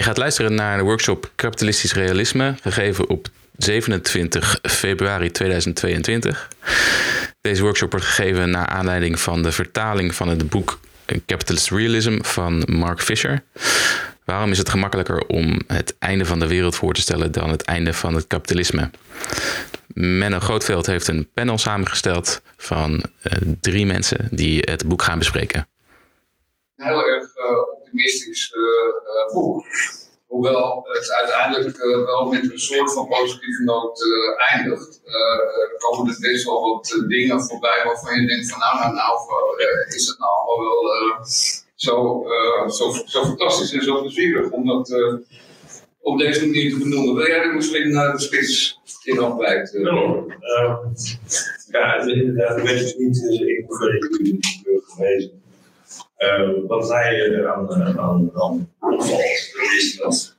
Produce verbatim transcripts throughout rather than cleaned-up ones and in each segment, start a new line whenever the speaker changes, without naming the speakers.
Je gaat luisteren naar de workshop Kapitalistisch Realisme, gegeven op zevenentwintig februari tweeduizend tweeëntwintig. Deze workshop wordt gegeven naar aanleiding van de vertaling van het boek Capitalist Realism van Mark Fisher. Waarom is het gemakkelijker om het einde van de wereld voor te stellen dan het einde van het kapitalisme? Menno Grootveld heeft een panel samengesteld van uh, drie mensen die het boek gaan bespreken.
Een heel erg uh, optimistisch uh, uh, boek. Hoewel het uiteindelijk uh, wel met een soort van positieve noot uh, eindigt. Uh, er komen er best wel wat uh, dingen voorbij waarvan je denkt van nou, nou, nou, uh, is het nou allemaal wel uh, zo, uh, zo, zo fantastisch en zo plezierig om dat uh, op deze manier te benoemen. Wil jij er misschien uh, de spits in afwijkt? Uh,
no, uh, ja, het is inderdaad een beetje niet uh, ik ben geweest. Uh, wat hij uh, aan, uh, aan, aan opvalt, dat is dat,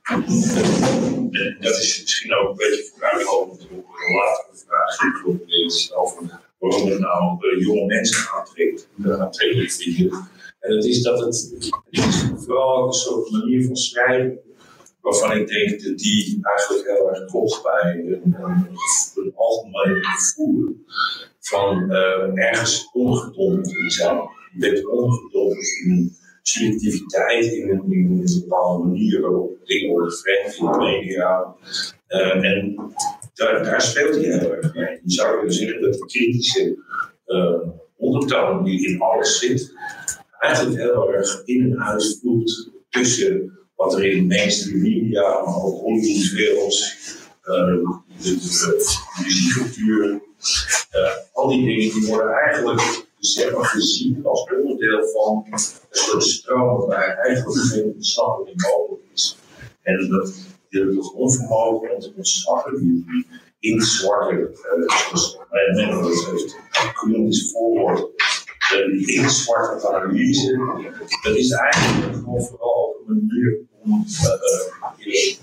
uh, dat is misschien ook een beetje vooruitlopend op een latere vraag die bijvoorbeeld over waarom het nou uh, jonge mensen aantrekt, uh, aantrekkelijk vinden. En dat is dat het, het is vooral een soort manier van schrijven waarvan ik denk dat die eigenlijk heel erg klopt bij een, een, een algemeen gevoel van uh, ergens ongedonderd te zijn. Je bent ongedonderd in een selectiviteit, in een, in een bepaalde manier waarop dingen worden veranderd in de media. Uh, en daar, daar speelt hij heel erg mee. Je zou kunnen zeggen dat de kritische uh, ondertoon die in alles zit, eigenlijk heel erg in en uitvloeit tussen wat er in de mainstream media, maar ook Hollywoodfilms, uh, de, de muziekcultuur, uh, al die dingen die worden eigenlijk zeg maar gezien als onderdeel van een soort stroom waarbij eigenlijk geen ontsnapping mogelijk is. En dat het onvermogen om te ontsnappen, die in het zwarte, uh, zoals men dat heeft genoemd is voorwoord, uh, die in het zwarte analyse, dat is eigenlijk gewoon vooral een manier om uh, uh,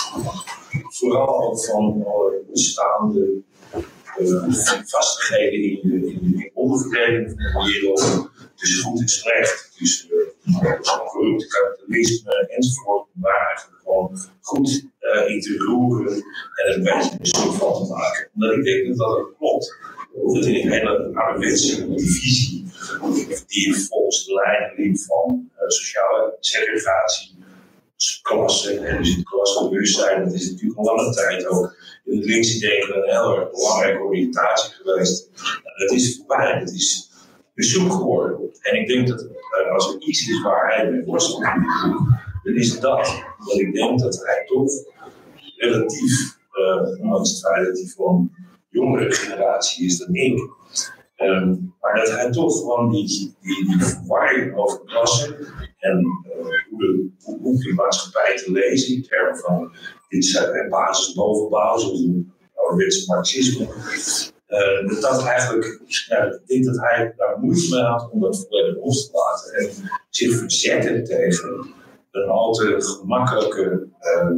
vooral ook van alle bestaande Uh, vastigheden in de, in de onderverdeling van de wereld, tussen goed en slecht, tussen uh, corrupt kapitalisme enzovoort, om daar eigenlijk gewoon goed uh, in te roeren en er een beetje een soort van te maken. Omdat ik denk dat dat ook klopt. Dat in een hele ouderwetse visie, die volgens de lijn liep van uh, sociale segregatie, klasse en dus het klassenbewustzijn, dat is natuurlijk al lange tijd ook in het linkse denken een heel erg belangrijke oriëntatie geweest. Dat is voorbij, dat is bezoek geworden. En ik denk dat uh, als er iets is waar hij mee worstelt, dan is dat. Dat ik denk dat hij toch relatief, uh, ondanks het feit dat hij van een jongere generatie is dan ik, um, maar dat hij toch gewoon die, die, die verwarring over klassen en uh, hoe, de, hoe, hoe de maatschappij te lezen in termen van dit zijn basis bovenbouw, zoals een ouderwetse marxisme. Uh, dat dat eigenlijk, ja, ik denk dat hij daar moeite mee had om dat volledig los te laten en zich verzetten tegen een al te gemakkelijke uh,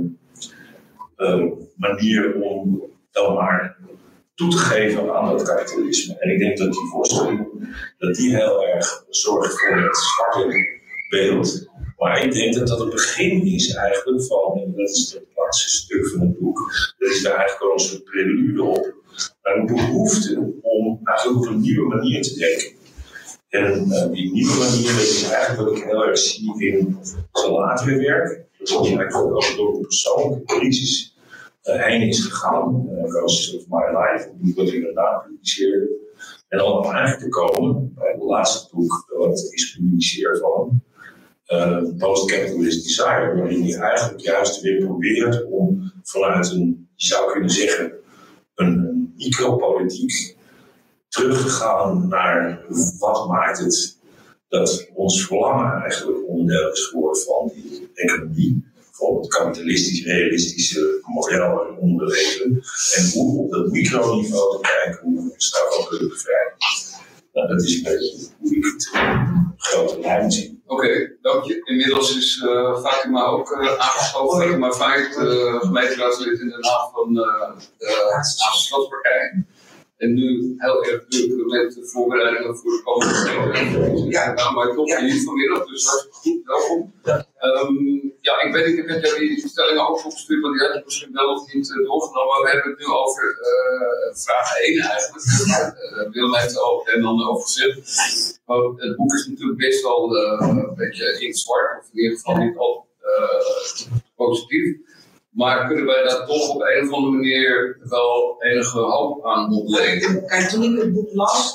uh, manier om dan maar toe te geven aan dat kapitalisme. En ik denk dat die voorstelling, dat die heel erg zorgt voor het zwarte beeld. Maar ik denk dat dat het begin is eigenlijk van, en dat is het laatste stuk van het boek, dat is daar eigenlijk al een soort prelude op, naar een behoefte om eigenlijk op een nieuwe manier te denken. En uh, die nieuwe manier, dat is eigenlijk wat ik heel erg zie in zijn latere werk. Dat is eigenlijk ook door een persoonlijke crisis uh, heen is gegaan. Uh, Ghosts of My Life, wat ik daarna publiceerde. En dan om eigenlijk te komen bij het laatste boek dat is gepubliceerd van hem. Uh, Post-Capitalist Desire, waarin hij eigenlijk juist weer probeert om vanuit een, je zou kunnen zeggen, een micropolitiek terug te gaan naar wat maakt het dat ons verlangen eigenlijk onderdeel is geworden van die economie, bijvoorbeeld kapitalistisch-realistische model en onderwerpen, en hoe op dat microniveau te kijken hoe we ons daarvan kunnen bevrijden. Nou, dat is een beetje hoe ik het grote lijn zie.
Oké, okay, dank je. Inmiddels is uh, Fatima ook uh, aangesloten. Fatima Feit, uh, gemeenteraadslid in Den Haag van uh, de Haagse Stadspartij. En nu heel erg druk met de voorbereidingen voor de komende ja, nou, maar toch ja. Hier vanmiddag, dus hartstikke goed, welkom. Ja. Um, ja, ik weet niet, ik heb jullie stellingen ook opgestuurd, want die heb ik misschien wel of niet uh, doorgenomen, maar we hebben het nu over uh, vraag één eigenlijk. Uh, Willem heeft er al en dan over gezegd. Maar het boek is natuurlijk best wel uh, een beetje in het zwart, of in ieder geval niet al uh, positief. Maar kunnen wij daar toch op een of andere manier wel enige hoop aan ontlenen?
Kijk, toen ik het boek las,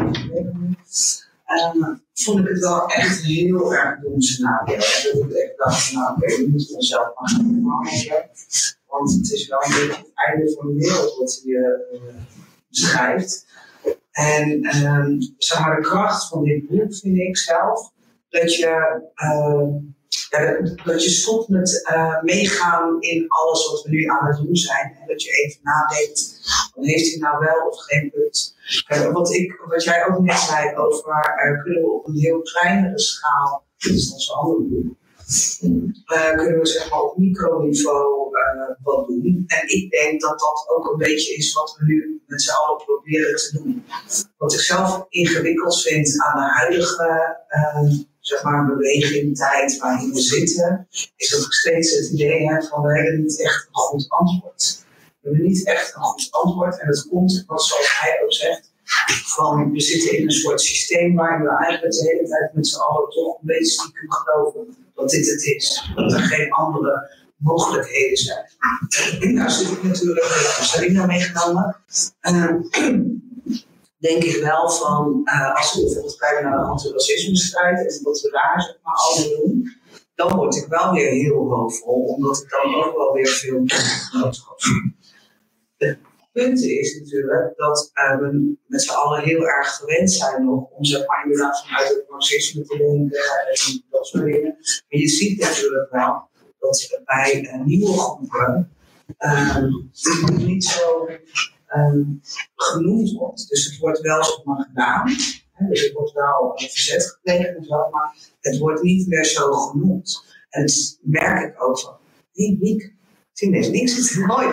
um, vond ik het wel echt heel erg doemscenario. Dat ik echt dacht, nou oké, we moeten onszelf maar gaan maken. Want het is wel een beetje het einde van de wereld wat je uh, beschrijft. En um, zeg maar, de kracht van dit boek vind ik zelf, dat je... Uh, Ja, dat je stopt met uh, meegaan in alles wat we nu aan het doen zijn. En dat je even nadenkt, dan heeft hij nou wel of geen punt. Uh, wat, ik, wat jij ook net zei over, uh, kunnen we op een heel kleinere schaal, dit is onze andere boek, uh, kunnen we zeg maar op microniveau uh, wat doen. En ik denk dat dat ook een beetje is wat we nu met z'n allen proberen te doen. Wat ik zelf ingewikkeld vind aan de huidige... Uh, zeg maar een beweging, tijd waarin we zitten, is dat ik steeds het idee heb van we hebben niet echt een goed antwoord. We hebben niet echt een goed antwoord en dat komt, wat zoals hij ook zegt, van we zitten in een soort systeem waarin we eigenlijk de hele tijd met z'n allen toch een beetje stiekem geloven dat dit het is. Dat er geen andere mogelijkheden zijn. En daar zit ik natuurlijk, heb ik nou meegenomen. Uh, denk ik wel van, uh, als we bijvoorbeeld kijken naar de antiracisme-strijd en wat we daar zeg maar al doen, dan word ik wel weer heel hoopvol, omdat ik dan ook wel weer veel boodschap zie. Het punt is natuurlijk dat uh, we met z'n allen heel erg gewend zijn nog om zeg maar inderdaad vanuit het marxisme te denken en dat soort dingen. Maar je ziet natuurlijk wel dat bij uh, nieuwe groepen uh, niet zo... Um, genoemd wordt. Dus het wordt wel zeg maar gedaan. Hè, dus het wordt wel uh, verzet gepleegd en zo, maar het wordt niet meer zo genoemd. En dat merk ik ook van, hé Miek, ik zie ineens niks, het is mooi.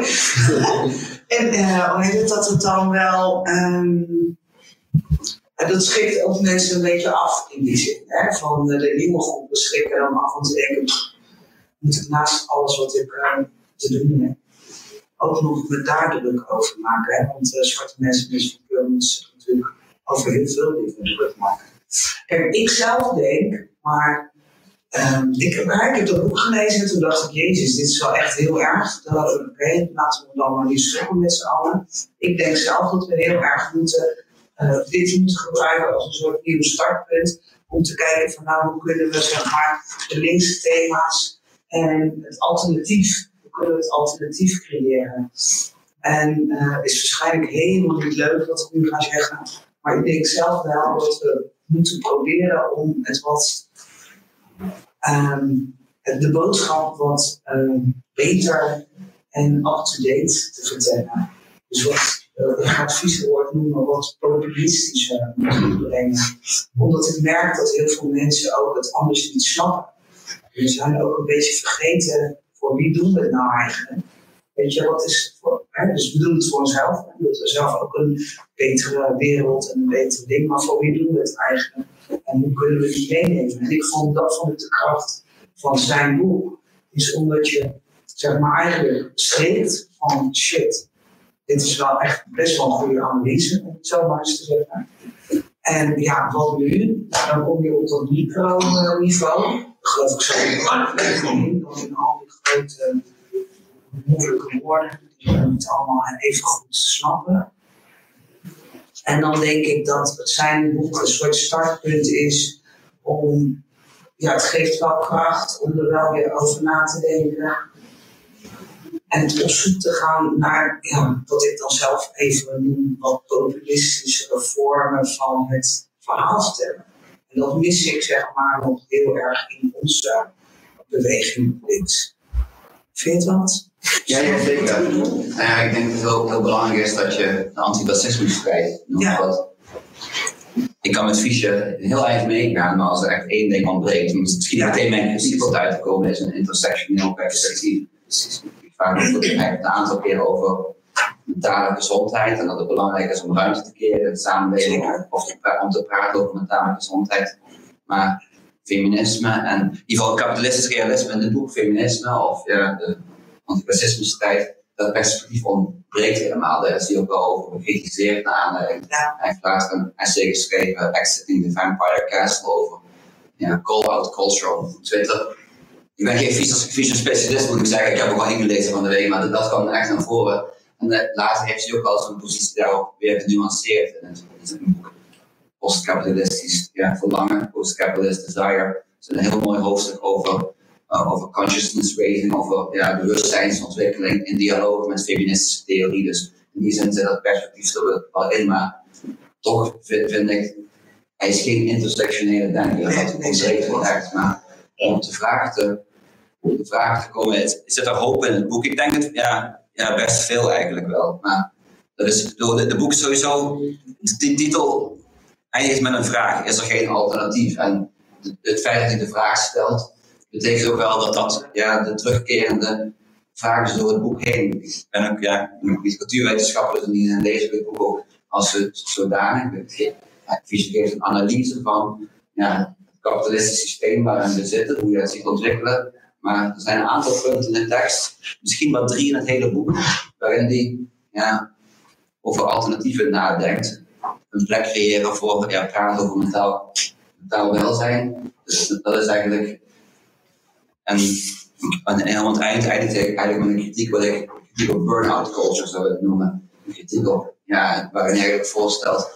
En uh, hoe heet het, dat het dan wel, um, uh, dat schrikt ook mensen een beetje af in die zin. Hè, van uh, de nieuwe groepen schrikken dan af om te denken, moet ik naast alles wat ik uh, te doen heb, ook nog met daar druk over maken. Hè? Want uh, zwarte mensen kunnen zich natuurlijk over heel veel dingen druk maken. Kijk, ik zelf denk, maar um, ik, ik heb dat boek gelezen en toen dacht ik, jezus, dit is wel echt heel erg. Oké, okay, laten we dan maar niet stoppen met z'n allen. Ik denk zelf dat we heel erg moeten, uh, dit moeten gebruiken als een soort nieuw startpunt. Om te kijken van nou, hoe kunnen we zeg maar de linkse thema's en het alternatief kunnen we het alternatief creëren. En het uh, is waarschijnlijk helemaal niet leuk wat ik nu ga zeggen. Maar ik denk zelf wel dat we moeten proberen om het wat um, de boodschap wat um, beter en up-to-date te vertellen. Dus wat uh, ik ga het vieze woord noemen, wat populistischer moeten brengen. Omdat ik merk dat heel veel mensen ook het anders niet snappen. We zijn ook een beetje vergeten. Voor wie doen we het nou eigenlijk? Weet je, wat is het voor? Hè? Dus we doen het voor onszelf. Hè? Dat we zelf ook een betere wereld en een beter ding. Maar voor wie doen we het eigenlijk? En hoe kunnen we die meenemen? En ik vond dat vond ik de kracht van zijn boek. Is omdat je, zeg maar, eigenlijk schrikt van shit. Dit is wel echt best wel een goede analyse, om het zo maar eens te zeggen. En ja, wat nu? Dan kom je op dat micro-niveau. Geloof ik zo in in al die grote moeilijke woorden die we niet allemaal even goed snappen. En dan denk ik dat het zijn boek een soort startpunt is om, ja, het geeft wel kracht om er wel weer over na te denken en op zoek te gaan naar, ja, wat ik dan zelf even noem, wat populistische vormen van het verhaal vertellen. En dat mis ik zeg maar nog heel erg in onze beweging links. Vind je het wat?
Ja, ja, zeker. Nou ja, ik denk dat het heel, heel belangrijk is dat je de antiracisme-strijd noemt. Ja. Ik kan met Fiesje heel eind meegaan, maar als er echt één ding ontbreekt, dan misschien ja. meteen mijn principe wat uit te komen is een intersectioneel perspectief. Dus ik vraag me eigenlijk een aantal keer over mentale gezondheid en dat het belangrijk is om ruimte te keren in de samenleving of te, om te praten over mentale gezondheid. Maar feminisme en in ieder geval kapitalistisch realisme in het boek Feminisme of ja, de antifascistische tijd, dat perspectief ontbreekt helemaal. Daar is hij ook wel over bekritiseerd naar aanleiding. Ja. Hij heeft laatst een essay geschreven, Exiting the Vampire Castle, over ja, call-out culture op Twitter. Ik ben geen vieze specialist, moet ik zeggen. Ik heb ook al ingelezen van de week, maar dat, dat kwam echt naar voren. En uh, later heeft hij ook al zijn positie daarop weer genuanceerd in het, in het boek. Postkapitalistisch ja, verlangen, postcapitalist desire. Er is een heel mooi hoofdstuk over, uh, over consciousness raising, over ja, bewustzijnsontwikkeling in dialoog met feministische theorie. Dus in die zin zit dat perspectief er wel in, maar toch vind, vind ik, hij is geen intersectionele denker. Dat ontbreekt wel echt. Maar om op de vraag te, de vraag te komen, is, zit er hoop in het boek? Ik denk het, ja, ja best veel eigenlijk wel. Maar dat is, de, de boek is sowieso, de titel eindigt met een vraag. Is er geen alternatief? En het feit dat hij de vraag stelt, betekent ook wel dat dat ja, de terugkerende vraag is door het boek heen. Ik ben ook, ja, ik ben ook niet cultuurwetenschapper, dus niet in deze dit boek ook als het zodanig. Fischer geeft een analyse van ja, het kapitalistische systeem waarin we zitten, hoe je dat ziet ontwikkelen. Maar er zijn een aantal punten in de tekst, misschien wel drie in het hele boek, waarin hij ja, over alternatieven nadenkt. Een plek creëren voor ja, praten over mentaal, mentaal welzijn. Dus dat is eigenlijk een, een, en aan het eind eindigt eigenlijk met een kritiek wat ik kritiek op burn-out culture zou het noemen. Een kritiek op, ja, waarin hij eigenlijk voorstelt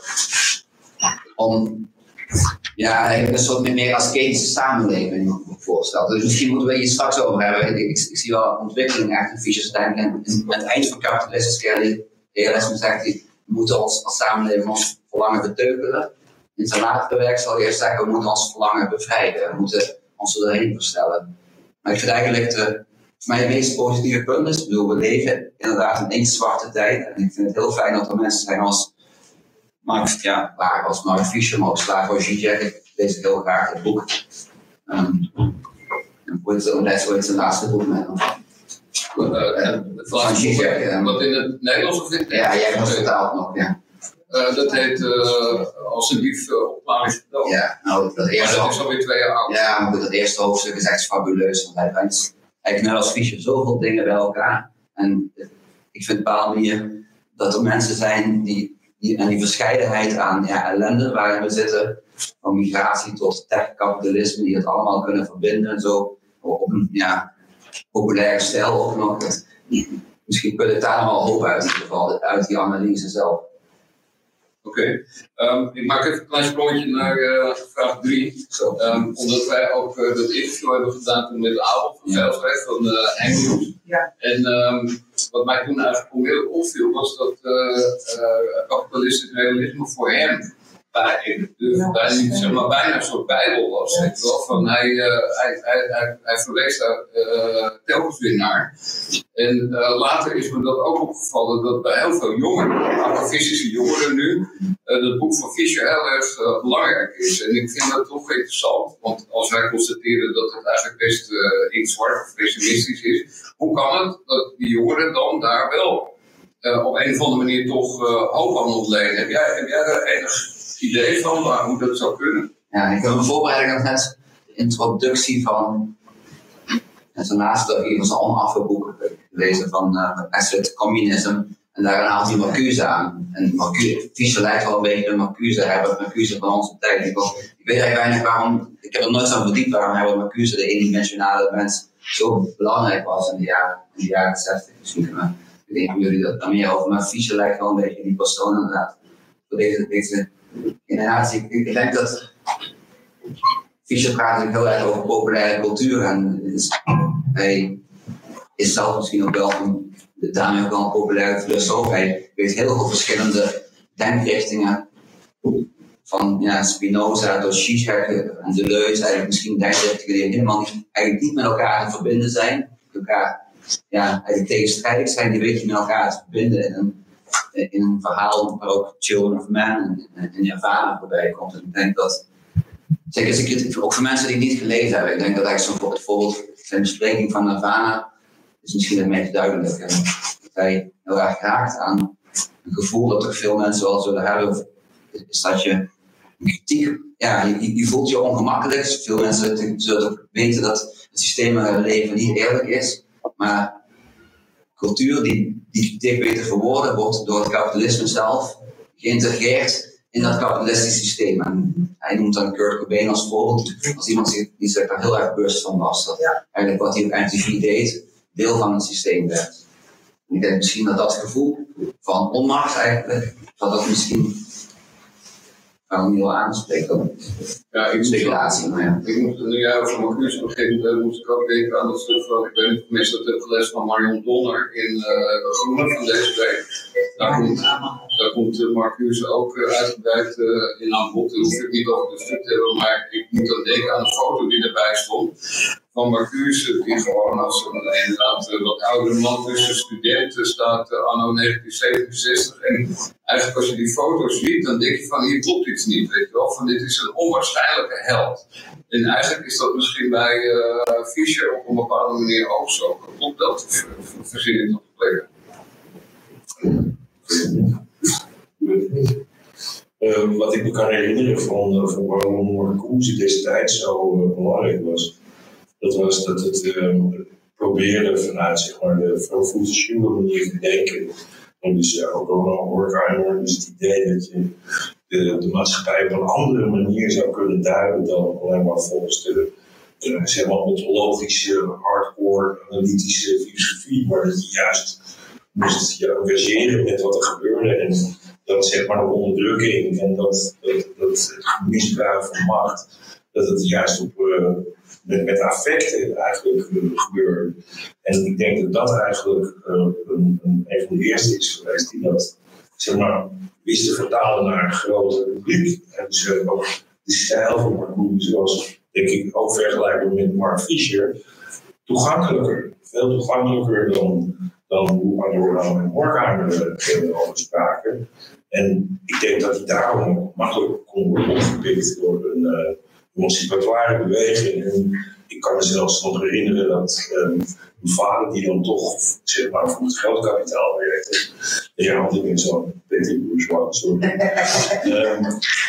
om ja, eigenlijk een soort meer ascetische samenleving voorstelt. Dus misschien moeten we hier straks over hebben. Ik, ik, ik zie wel ontwikkeling echt in Fischer's denken. En aan het eind van kapitalistisch realisme zegt hij, we moeten ons als samenleving ons verlangen beteugelen. In zijn latere werk zal hij eerst zeggen, we moeten ons verlangen bevrijden. We moeten ons erheen verstellen. Maar ik vind eigenlijk de, voor mij het meest positieve punt is, bedoel, we leven inderdaad in één zwarte tijd. En ik vind het heel fijn dat er mensen zijn als Mark, ja, waar als Mark Fischer, maar ook Slavoj Žižek. Ik lees heel graag het boek. Um, hoe is het zijn laatste boek met hem?
Uh, van Žižek. Wat in het Nederlands of in het
Ja, jij was vertaald nog, ja.
Uh, dat heet uh, Als een lief uh, op Marisch verteld.
Ja, nou, dat eerste
maar dat is alweer twee jaar oud.
Ja, maar dat eerste hoofdstuk is echt fabuleus. Want hij brengt eigenlijk net als Fischer zoveel dingen bij elkaar. En ik vind op een bepaalde manier dat er mensen zijn die Die, en die verscheidenheid aan ja, ellende waarin we zitten, van migratie tot tech-kapitalisme, die het allemaal kunnen verbinden en zo, op een ja, populaire stijl ook nog. Misschien kun je daar allemaal hoop uit, in ieder geval, uit die analyse zelf.
Oké, okay. um, ik maak even een klein sprongetje naar uh, vraag drie. Um, omdat wij ook uh, dat interview hebben gedaan toen met Abel van Veldrecht van uh, Eindhoven. Ja. En um, wat mij toen eigenlijk onmiddellijk opviel was dat uh, uh, kapitalistisch realisme voor hem bij, dus ja, bij, zeg maar, bijna een soort bijbel was. Ja. Wel, van hij, uh, hij, hij, hij, hij verwees daar uh, telkens weer naar. En uh, later is me dat ook opgevallen dat bij heel veel jongeren, activistische jongeren nu, uh, dat boek van Fischer heel erg uh, belangrijk is. En ik vind dat toch interessant, want als wij constateren dat het eigenlijk best uh, inktzwart of pessimistisch is, hoe kan het dat die jongeren dan daar wel uh, op een of andere manier toch uh, hoop aan ontlenen? Heb jij, heb jij daar enig idee van waar, hoe dat zou kunnen?
Ja, ik heb me voorbereid op net de introductie van en zijn laatste van zijn onafgeboek gelezen van uh, Asset Communism. En daarin haalt hij Marcuse aan. En Marcuse, Fischer lijkt wel een beetje de Marcuse. Hij wordt Marcuse van onze tijd. Ik, ik weet eigenlijk weinig waarom, ik heb er nooit zo verdiept waarom hij wordt Marcuse, de eendimensionale mens, zo belangrijk was in de jaren, in de jaren zestig misschien. Maar ik weet niet of jullie dat daar meer over, maar Fischer lijkt wel een beetje die persoon inderdaad. Voor deze, deze generatie. Ik, ik denk dat Fischer praat natuurlijk heel erg over populaire cultuur en is, hij is zelf misschien ook wel een, daarmee ook wel een populaire filosoof. Hij weet heel veel verschillende denkrichtingen van ja, Spinoza tot Zizek en Deleuze, eigenlijk misschien denkrichtingen die helemaal niet, eigenlijk niet met elkaar te verbinden zijn, elkaar ja, eigenlijk tegenstrijdig zijn, die weet je met elkaar te verbinden in een, in een verhaal waar ook Children of Men en Nirvana voorbij komt. En ik denk dat zeker als ik het, ook voor mensen die het niet gelezen hebben, ik denk dat eigenlijk zo'n bijvoorbeeld zijn bespreking van Nirvana is misschien het meest duidelijk. En Partij heel erg raakt aan een gevoel dat toch veel mensen wel zullen hebben, is dat je kritiek, ja, je, je voelt je ongemakkelijk. Veel mensen zullen ook weten dat het systeem waarin we leven niet eerlijk is, maar cultuur die die kritiek weet te verwoorden, wordt door het kapitalisme zelf geïntegreerd in dat kapitalistische systeem. En hij noemt dan Kurt Cobain als voorbeeld, als iemand die zich daar heel erg bewust van was, dat ja, eigenlijk wat hij op M T V deed, deel van het systeem werd. En ik denk misschien dat dat gevoel van onmacht eigenlijk, dat dat misschien wel niet wel aanspreekt op
ja, ik
speculatie.
Moest,
maar ja.
Ik moest nu ja, over Marcuse begin, moest ik ook denken aan dat stuk van, ik weet niet of mensen dat hebben gelezen van Marion Donner in uh, Groene van deze week. Daar komt, daar komt uh, Marcuse ook uh, uitgebreid uh, in aan bod. Daar hoef ik niet over het stuk te hebben, maar ik moet dan denken aan de foto die erbij stond. Van Marcuse, die gewoon als een inderdaad uh, wat oudere man tussen studenten staat, uh, anno negentien zevenenzestig. En eigenlijk als je die foto ziet, dan denk je van hier klopt iets niet, weet je wel. Van dit is een onwaarschijnlijke held. En eigenlijk is dat misschien bij uh, Fischer op een bepaalde manier ook zo. Klopt dat? Of uh, verzin ik nog te plekken?
Uh, wat ik me kan herinneren van, uh, van waarom Marcuse destijds zo uh, belangrijk was, dat was dat het uh, probeerde vanuit zeg maar, de Freudianische manier te denken. En dus uh, ook al Horkheimer, dus het idee dat je de, de maatschappij op een andere manier zou kunnen duiden dan alleen maar volgens de uh, zeg maar ontologische, hardcore, analytische filosofie, maar dat je juist moest je engageren met wat er gebeurde en dat zeg maar de onderdrukking en dat, dat, dat het misbruik van macht, dat het juist op, uh, met, met affecten eigenlijk uh, gebeurde. En ik denk dat dat eigenlijk uh, een, een, een van de eerste is geweest die dat zeg maar wist te vertalen naar een groter publiek. En dus uh, ook de stijl van Marcuse was denk ik ook vergelijkbaar met Mark Fisher toegankelijker, veel toegankelijker dan dan hoe Adorno en Horkheimer over spraken. En ik denk dat hij daarom makkelijk kon worden opgepikt door een uh, emancipatoire beweging. En ik kan me zelfs nog herinneren dat um, mijn vader, die dan toch zeg maar, voor het grootkapitaal werkte, en ja, had ik in zo'n petit bourgeois, sorry. um,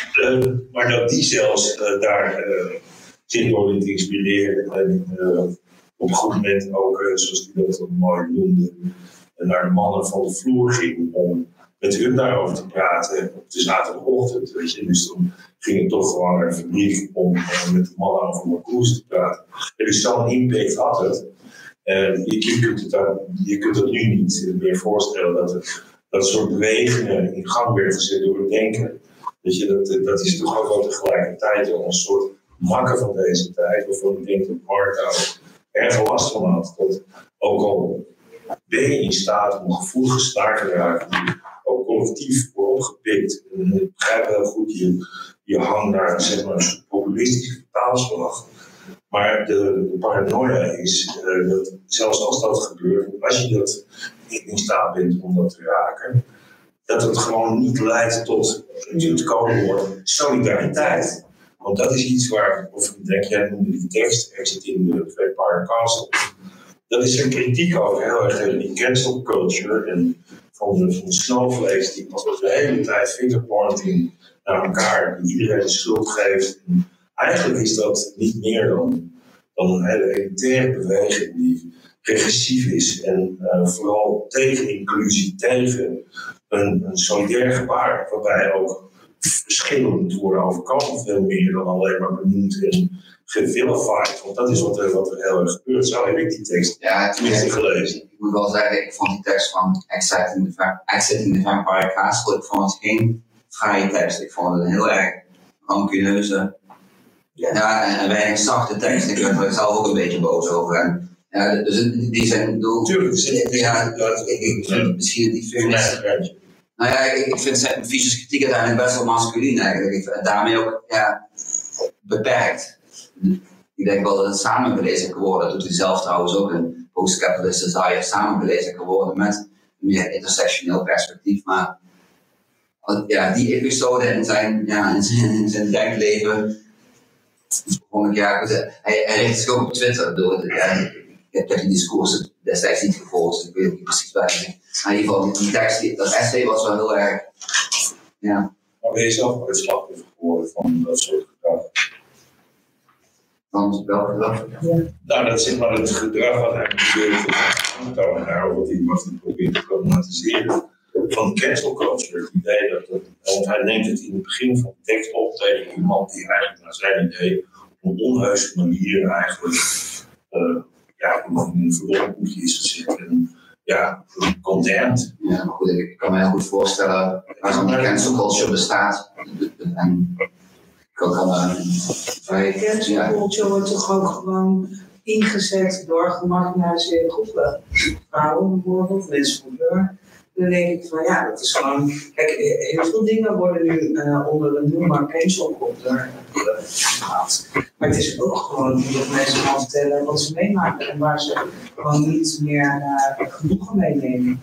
um, maar dat die zelfs uh, daar uh, zich door liet inspireren. En, uh, op een goed moment ook, zoals hij dat mooi noemde, naar de mannen van de vloer ging om met hun daarover te praten op de zaterdagochtend. Weet je. Dus dan ging het toch gewoon naar een fabriek om uh, met de mannen over Marcuse te praten. En dus zo'n impact had het. Uh, je, je, kunt het dan, je kunt het nu niet meer voorstellen dat het, dat soort bewegingen in gang werden gezet door het denken. Weet je, dat, dat is toch ook wel tegelijkertijd een soort makker van deze tijd, waarvan ik denk dat Mark ook erg last van had. Dat ook al ben je in staat om gevoelige snaar te raken, die ook collectief wordt opgepikt. En ik begrijp heel goed je, je hang naar zeg maar, een populistische vertaalslag. Maar de, de paranoia is uh, dat zelfs als dat gebeurt, als je dat niet in staat bent om dat te raken, dat het gewoon niet leidt tot het code woord solidariteit. Want dat is iets waar, of ik denk jij noemde die tekst, exit in de Vampire Castle. Dat is een kritiek over heel erg tegen die cancel culture en van de, van de snowflakes die pas de hele tijd fingerpointing naar elkaar, die iedereen de schuld geeft. En eigenlijk is dat niet meer dan, dan een hele elitaire beweging die regressief is en uh, vooral tegen inclusie, tegen een, een solidair gebaar, waarbij ook verschillen moeten worden overkomen, veel meer dan alleen maar benoemd en gevilified. Want dat is wat er, wat er heel erg gebeurt. Zo heb ik die tekst
ja,
tenminste gelezen.
Ik moet wel zeggen, ik vond die tekst van Exit in the, Exit in the Vampire Castle, ik vond het geen fraaie tekst. Ik vond het een heel erg rancuneuze, ja, en weinig zachte tekst. Ik werd er zelf ook een beetje boos over. En, ja, dus die zijn doel.
Tuurlijk,
ja, ik, ik vind misschien die feministen. Nou ja, ik, ik vind zijn Fischer's kritiek uiteindelijk best wel masculien eigenlijk. Ik vind het daarmee ook ja, beperkt. Ik denk wel dat het samenbelezen kan worden. Dat doet hij zelf trouwens ook in Post-Capitalist Desire. Samenbelezen kan worden met een meer intersectioneel perspectief. Maar ja, die episode in zijn, ja, in zijn, in zijn denkleven vond ik, ja, hij, hij richt zich ook op Twitter. Door, ja, ik ik heb die discours destijds niet gevolgd, dus ik weet niet precies waar ik ben. Maar in ieder geval, die tekst, die, dat essay was wel heel erg, ja.
Maar ben je zelf ook het slachtoffer geworden van dat soort gedrag?
Van welk gedrag?
Ja.
Nou, dat is zeg maar het gedrag wat hij probeert aan te tonen, nou, wat hij wat hij probeert te problematiseren. Van cancel culture, het idee dat, dat, want hij neemt het in het begin van de tekst op tegen iemand die eigenlijk naar zijn idee op een onheuse manier eigenlijk uh, ja, op een verdomhoekje is gezet en ja, condemned.
Ja, maar goed, ik kan me heel goed voorstellen als een cancel culture bestaat en ik kan uh,
Maar de cancel culture wordt toch ook gewoon ingezet door gemarginaliseerde groepen. Vrouwen bijvoorbeeld, mensen van kleur. Dan denk ik van ja, dat is gewoon. Kijk, heel veel dingen worden nu uh, onder de noemer cancel culture gehaald. Maar het is ook gewoon dat mensen gaan vertellen wat ze meemaken en waar ze gewoon niet meer uh, genoegen meenemen.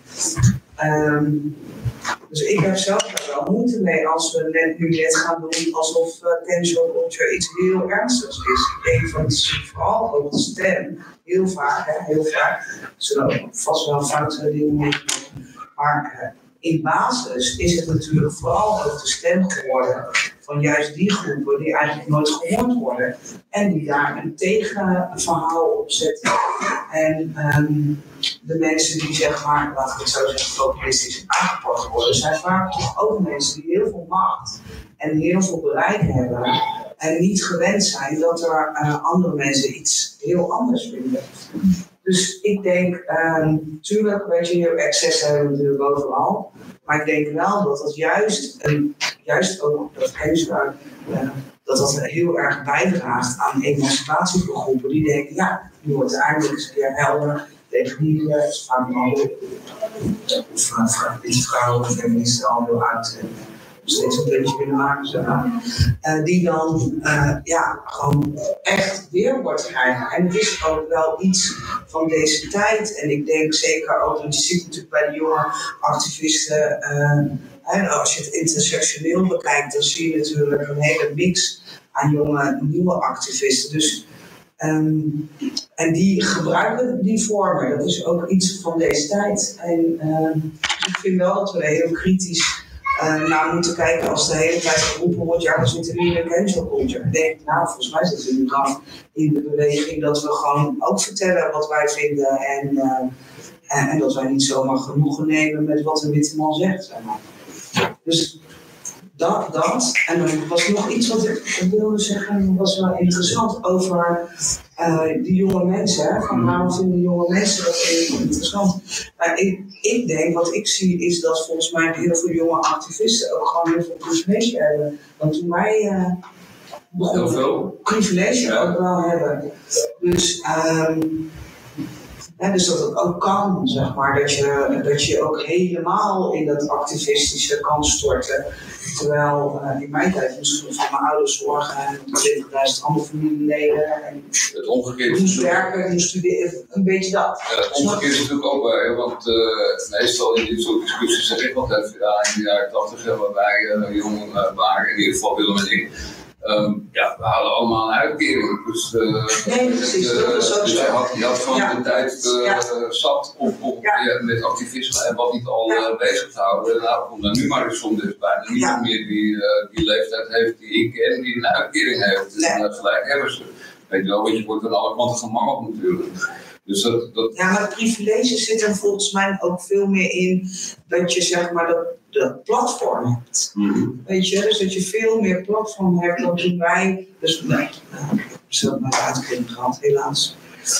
Um, dus ik heb zelf er wel moeite mee als we net, nu net gaan doen alsof uh, cancel culture iets heel ernstigs is. Ik denk van het is vooral ook de stem, heel vaak, hè, heel vaak. Er zullen ook vast wel foute dingen meegemaakt. Maar uh, in basis is het natuurlijk vooral ook de stem geworden van juist die groepen die eigenlijk nooit gehoord worden. En die daar een tegenverhaal op zetten. En um, de mensen die zeg maar, laat ik het zo zeggen, populistisch aangepakt worden, zijn vaak toch ook mensen die heel veel macht en heel veel bereik hebben. En niet gewend zijn dat er uh, andere mensen iets heel anders vinden. Dus ik denk, natuurlijk, um, weet je, je access hebben we natuurlijk overal. Maar ik denk wel dat dat juist, um, juist ook dat kenniswerk, uh, dat dat heel erg bijdraagt aan emancipatie voor groepen die denken, ja, nu wordt er eindelijk eens een keer helder tegen die uh, vaak al of uh, vrouwen of feministen al heel uit. Uh, steeds een puntje willen maken, zeg maar. Uh, die dan uh, ja, gewoon echt weerwoord krijgen. En het is ook wel iets van deze tijd. En ik denk zeker ook, want je ziet natuurlijk bij de jonge activisten, uh, hè, als je het intersectioneel bekijkt, dan zie je natuurlijk een hele mix aan jonge nieuwe activisten. Dus, um, en die gebruiken die vormen. Dat is ook iets van deze tijd. En uh, ik vind wel dat we er heel kritisch Uh, nou, moeten kijken als de hele tijd geroepen wordt, ja, we zitten nu in een cancel culture. Ik denk, nou, volgens mij zitten we nu dan in de beweging dat we gewoon ook vertellen wat wij vinden en, uh, en, en dat wij niet zomaar genoegen nemen met wat een witte man zegt. Zeg maar. Dus dat, dat. En er was nog iets wat ik wilde zeggen, was wel interessant over uh, die jonge mensen. Hè? Van waarom vinden jonge mensen dat heel interessant? Maar ik, ik denk, wat ik zie, is dat volgens mij heel veel jonge activisten ook gewoon heel veel privilege hebben. Want toen wij uh, begonnen, heel veel privilege ja. ook wel hebben. Dus, um, ja, dus dat het ook kan, zeg maar, dat je, dat je ook helemaal in dat activistische kan storten. Terwijl uh, in mijn tijd moesten we van mijn ouders zorgen en twintigduizend andere familieleden. En
het omgekeerde
moest werken, moest studeren, een beetje dat.
Ja, het omgekeerde is natuurlijk ook bij, want uh, meestal in dit soort discussies zeg ik altijd, ja, in de jaren tachtig hebben wij uh, jong uh, waren, in ieder geval Willem en ik. Um, ja, we hadden allemaal een uitkering. Dus, uh,
nee, precies. Uh, dat is ook
dus
zo.
je had, je had gewoon ja. de tijd uh,
ja.
zat om, om
ja.
ja, met activisme en wat niet al ja. uh, bezig te houden. Nou, komt er nu maar eens om, dus bijna niemand ja. meer die uh, die leeftijd heeft die ik ken, die een uitkering heeft. Nee. En uh, gelijk hebben ze. Weet je wel, want je wordt aan alle kanten gemangeld natuurlijk. Dus dat, dat...
Ja, maar het privilege zit er volgens mij ook veel meer in dat je zeg maar dat, dat platform hebt.
Mm-hmm.
Weet je, dus dat je veel meer platform hebt dan toen wij. Dus nee, ze hebben nooit uitkering gehad, helaas.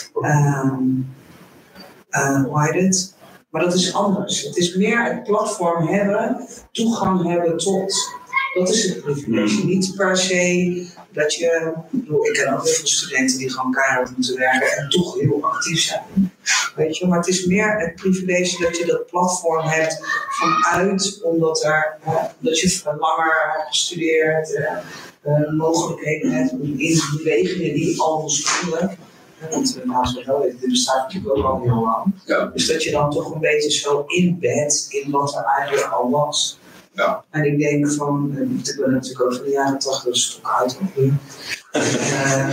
Um, uh, hoe heet het? Maar dat is anders. Het is meer het platform hebben, toegang hebben tot. Dat is het privilege. Mm. Niet per se dat je. Ik ken ook heel veel studenten die gewoon keihard moeten werken en toch heel actief zijn. Weet je, maar het is meer het privilege dat je dat platform hebt vanuit, omdat er, uh, dat je langer hebt gestudeerd, uh, uh, mogelijkheden hebt in de bewegingen die al bestonden. Want uh, nou, zo wel, dit bestaat natuurlijk ook al heel lang.
Ja.
Dus dat je dan toch een beetje zo inbedt in wat er eigenlijk al was.
Ja.
En ik denk van, ik ben natuurlijk over de jaren tachtig, dus toch uit op nu. uh,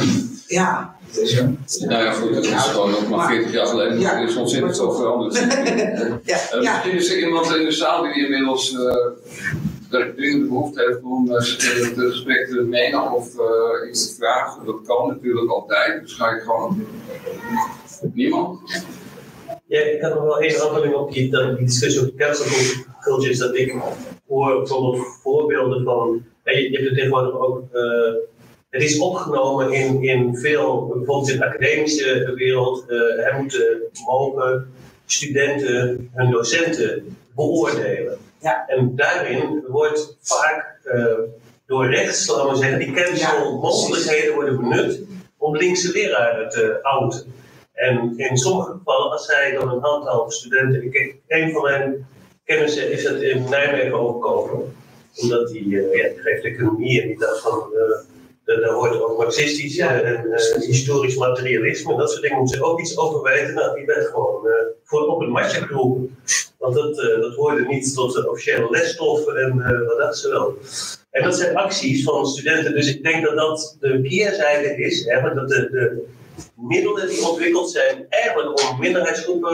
Ja, dat is zo.
Nou ja, goed, dat is gewoon nog maar veertig jaar geleden.
Ja.
Er is ontzettend veel veranderd.
ja,
uh,
ja.
Misschien is er iemand in de zaal die inmiddels uh, de dringende behoefte heeft om uh, het gesprek te menen of uh, iets te vragen. Dat kan natuurlijk altijd, dus ga je gewoon. Niemand?
Ja, ik had nog wel één aanvulling op die, die discussie over cancel culture, is dat ik hoor bijvoorbeeld voorbeelden van, ja, je, je hebt het tegenwoordig ook, uh, het is opgenomen in, in veel, bijvoorbeeld in de academische wereld, uh, er moeten mogen studenten hun docenten beoordelen.
Ja.
En daarin wordt vaak uh, door rechts, laten we zeggen, die cancel mogelijkheden worden benut om linkse leraren te outen. En in sommige gevallen, als zij dan een aantal studenten, ik, een van mijn kennissen is het in Nijmegen overkomen, omdat hij uh, ja, geeft economie en die dacht van, uh, daar hoort ook marxistisch uh, en uh, historisch materialisme en dat soort dingen, moet ze ook iets over weten. Nou, die werd gewoon uh, voor op een matje geroepen, want dat, uh, dat hoorde niet tot de officiële lesstoffen en uh, wat dacht ze wel. En dat zijn acties van studenten, dus ik denk dat dat de keerzijde is, hè, maar dat de, de middelen die ontwikkeld zijn, eigenlijk om minderheidsgroepen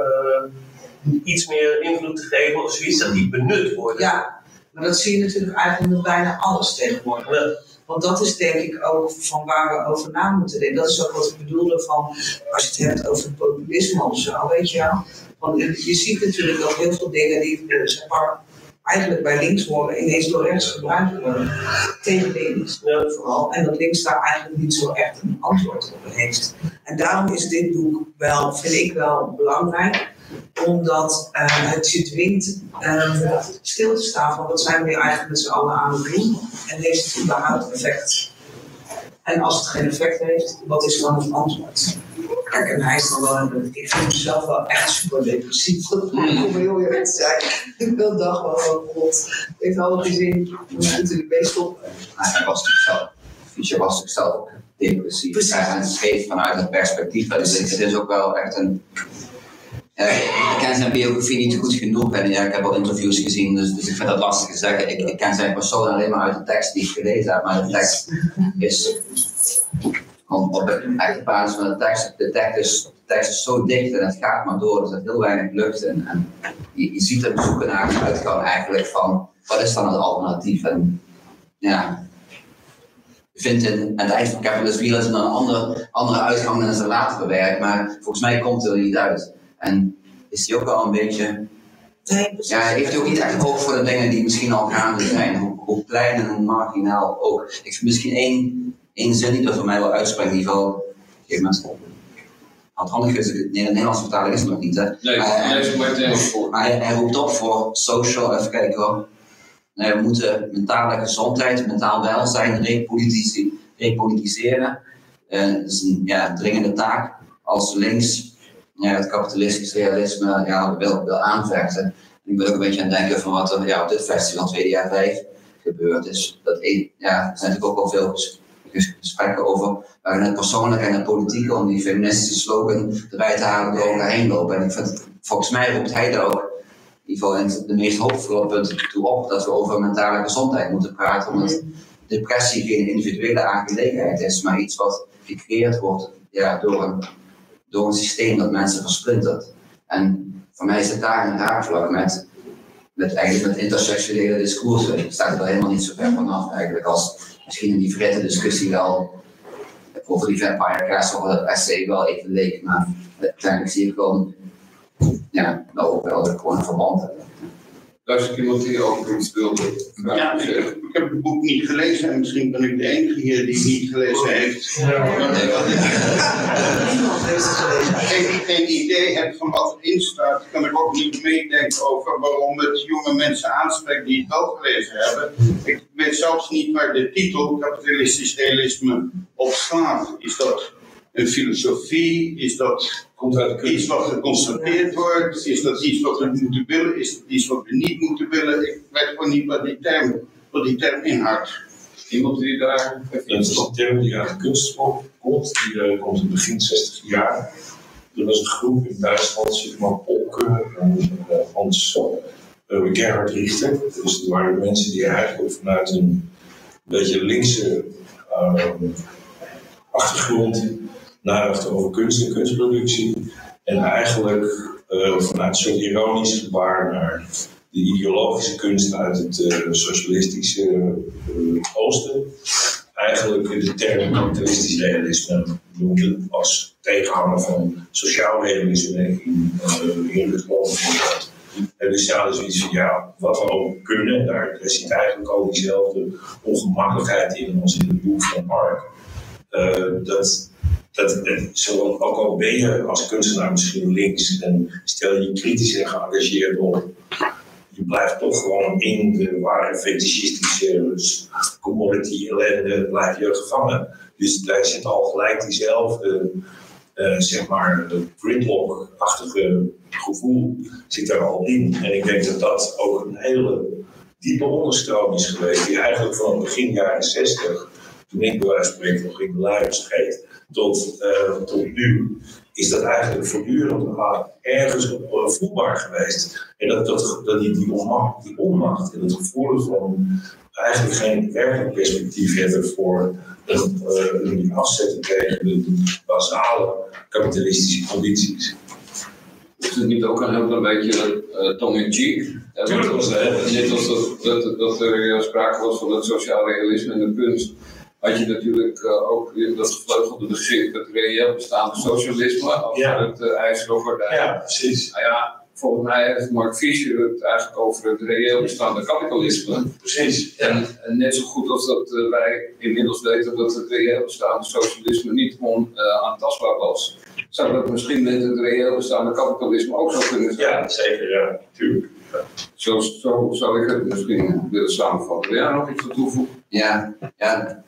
uh, iets meer invloed te geven of zoiets, dat die benut worden.
Ja, maar dat zie je natuurlijk eigenlijk met bijna alles tegenwoordig.
Ja.
Want dat is denk ik ook van waar we over na moeten denken. Dat is ook wat ik bedoelde van, als je het hebt over populisme of zo, weet je wel. Want je ziet natuurlijk ook heel veel dingen die, zeg maar, eigenlijk bij links horen, ineens door rechts gebruikt worden. Tegen links,
Ja.
vooral. En dat links daar eigenlijk niet zo echt een antwoord op heeft. En daarom is dit boek wel, vind ik wel belangrijk. Omdat uh, het je dwingt um, stil te staan van wat zijn we hier eigenlijk met z'n allen aan het doen. En heeft het überhaupt effect? En als het geen effect heeft, wat is dan het antwoord? Kijk, en hij is dan wel, ik vind mezelf wel echt super depressief. Om heel eerlijk te zijn. Ik wil dag wel van god. Het heeft al gezien, we moeten de beest stoppen.
Hij was natuurlijk zelf, Fischer was natuurlijk zelf ook depressief.
Precies.
En schreef vanuit dat perspectief. Dus het is ook wel echt een. Ja, ik ken zijn biografie niet goed genoeg en ja, ik heb al interviews gezien, dus, dus ik vind dat lastig te zeggen. Ik, ik ken zijn persoon alleen maar uit de tekst die ik gelezen heb, maar de tekst is op, op de basis van de tekst. De tekst, is, de tekst is zo dicht en het gaat maar door, dus het heel weinig lukt. En, en je, je ziet hem zoeken naar een uitgang eigenlijk van wat is dan het alternatief? En ja. Ik vind in, aan het eind van Capitalist Realism een andere, andere uitgang dan ze later bewerkt, maar volgens mij komt het er niet uit. En is hij ook wel een beetje.
Nee,
Ja, heeft hij ook niet echt hoog voor de dingen die misschien al gaande zijn, hoe, hoe klein en hoe marginaal ook. Ik vind misschien één, één zin die er voor mij wel uitspringt, in ieder geval. Op een gegeven moment. Had handig is, nee, de Nederlandse vertaling is er nog niet, hè?
Nee,
uh,
lees het maar meteen voor.
Maar hij, hij roept op voor social, even kijken hoor. Nee, we moeten mentale gezondheid, mentaal welzijn repolitisi- repolitiseren. Uh, dat is een ja, dringende taak als links. Ja, het kapitalistisch realisme ja, wil, wil aanvechten. En ik ben ook een beetje aan het denken van wat er ja, op dit festival twee jaar vijf gebeurd is. Dat een, ja, er zijn natuurlijk ook al veel gesprekken over waarin het persoonlijke en het politieke om die feministische slogan erbij te halen door elkaar heen lopen. En ik vind, volgens mij roept hij daar ook in ieder geval in de meest hoopvolle punten toe op dat we over mentale gezondheid moeten praten. Omdat depressie geen individuele aangelegenheid is, maar iets wat gecreëerd wordt ja, door een door een systeem dat mensen versplintert. En voor mij zit daar een raakvlak met, met, eigenlijk met intersectionele discoursen. Ik sta er wel helemaal niet zo ver vanaf eigenlijk als misschien in die vrede discussie wel over die Vampire Castle of het essay wel even leek, maar uiteindelijk zie ik gewoon ja, nou ook wel gewoon een verband.
Luister iemand die ook iets wilde.
Ja, ik, ik heb het boek niet gelezen en misschien ben ik de enige hier die het niet gelezen heeft.
Ja.
Niemand heeft het gelezen.
Als ik geen idee heb van wat erin staat, kan ik ook niet meedenken over waarom het jonge mensen aanspreekt die het wel gelezen hebben. Ik weet zelfs niet waar de titel kapitalistisch realisme op slaat. Is dat een filosofie? Is dat iets wat geconstateerd wordt? Is dat iets wat we moeten willen? Is dat iets wat we niet moeten willen? Ik weet gewoon niet wat die term, wat die term inhoudt.
Iemand die daar.
Dat is een term die uit de kunst komt, die uh, komt in begin zestig jaar. Er was een groep in Duitsland, Sigmar Polke en uh, Hans uh, Gerhard Richter. Dus dat waren mensen die eigenlijk vanuit een beetje linkse uh, achtergrond nadacht over kunst en kunstproductie. En eigenlijk uh, vanuit een soort ironisch gebaar naar de ideologische kunst uit het uh, socialistische uh, oosten. Eigenlijk de term kapitalistisch realisme noemde als tegenhanger van sociaal realisme in, uh, in het geloof. En dus ja, dus iets van ja, wat we ook kunnen, daar zit eigenlijk ook diezelfde ongemakkelijkheid in ons in het boek van Mark. Uh, dat, dat, zo, ook al ben je als kunstenaar misschien links en stel je kritisch en geëngageerd op, je blijft toch gewoon in de ware fetischistische commodity ellende blijf je gevangen. Dus daar zit al gelijk diezelfde, uh, zeg maar, gridlock-achtige gevoel zit er al in. En ik denk dat dat ook een hele diepe onderstroom is geweest, die eigenlijk van begin jaren zestig, toen ik bij wijze van spreken nog in de luiers scheet, tot, uh, tot nu, is dat eigenlijk voortdurend ergens voelbaar geweest. En dat, dat, dat die, die, onmacht, die onmacht en het gevoel van eigenlijk geen werkelijk perspectief hebben voor een, uh, een afzetten tegen de, de basale kapitalistische condities.
Is het niet ook een heel klein beetje uh, tongue in cheek? Ja, net als dat, dat, dat er sprake was van het sociaal realisme en de kunst, had je natuurlijk uh, ook dat gevleugelde begrip, het reëel bestaande socialisme, over ja. het uh, ijzeren gordijn.
Ja, precies.
Nou ja, volgens mij heeft Mark Fisher het eigenlijk over het reëel bestaande kapitalisme.
Precies.
Ja. En, en net zo goed als dat uh, wij inmiddels weten dat het reëel bestaande socialisme niet onaantastbaar uh, was, zou dat misschien met het reëel bestaande kapitalisme ook zo kunnen zijn.
Ja, zeker, ja, natuurlijk.
Zo, zo zou ik het misschien willen samenvatten. Wil jij nog iets toe toevoegen?
Ja, ja.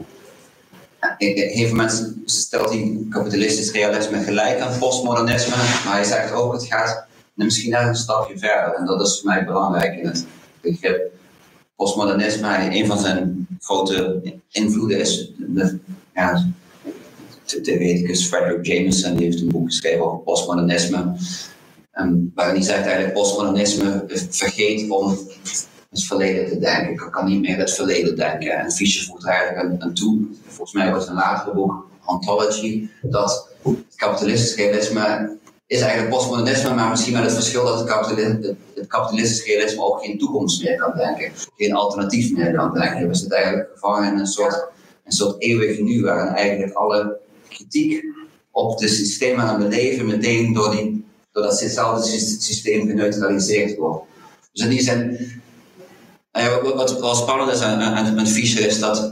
Heel veel mensen stelt die kapitalistisch realisme gelijk aan postmodernisme, maar hij zegt ook het gaat misschien net een stapje verder en dat is voor mij belangrijk in het begrip postmodernisme. Een van zijn grote invloeden is de, ja, de theoreticus Frederick Jameson, die heeft een boek geschreven over postmodernisme, um, waarin hij zegt eigenlijk postmodernisme vergeet om het verleden te denken. Ik kan niet meer het verleden denken. En Fischer voegt er eigenlijk aan toe, volgens mij was het een latere boek, Ontology, dat het kapitalistisch realisme is eigenlijk postmodernisme, maar misschien met het verschil dat het, kapitali- het kapitalistisch realisme ook geen toekomst meer kan denken, geen alternatief meer kan denken. We zitten eigenlijk gevangen in een soort, een soort eeuwig nu, waarin eigenlijk alle kritiek op de systemen aan het leven meteen door, die, door datzelfde systeem geneutraliseerd wordt. Dus in die zin, Uh, wat wel spannend is aan, aan, aan Fischer is dat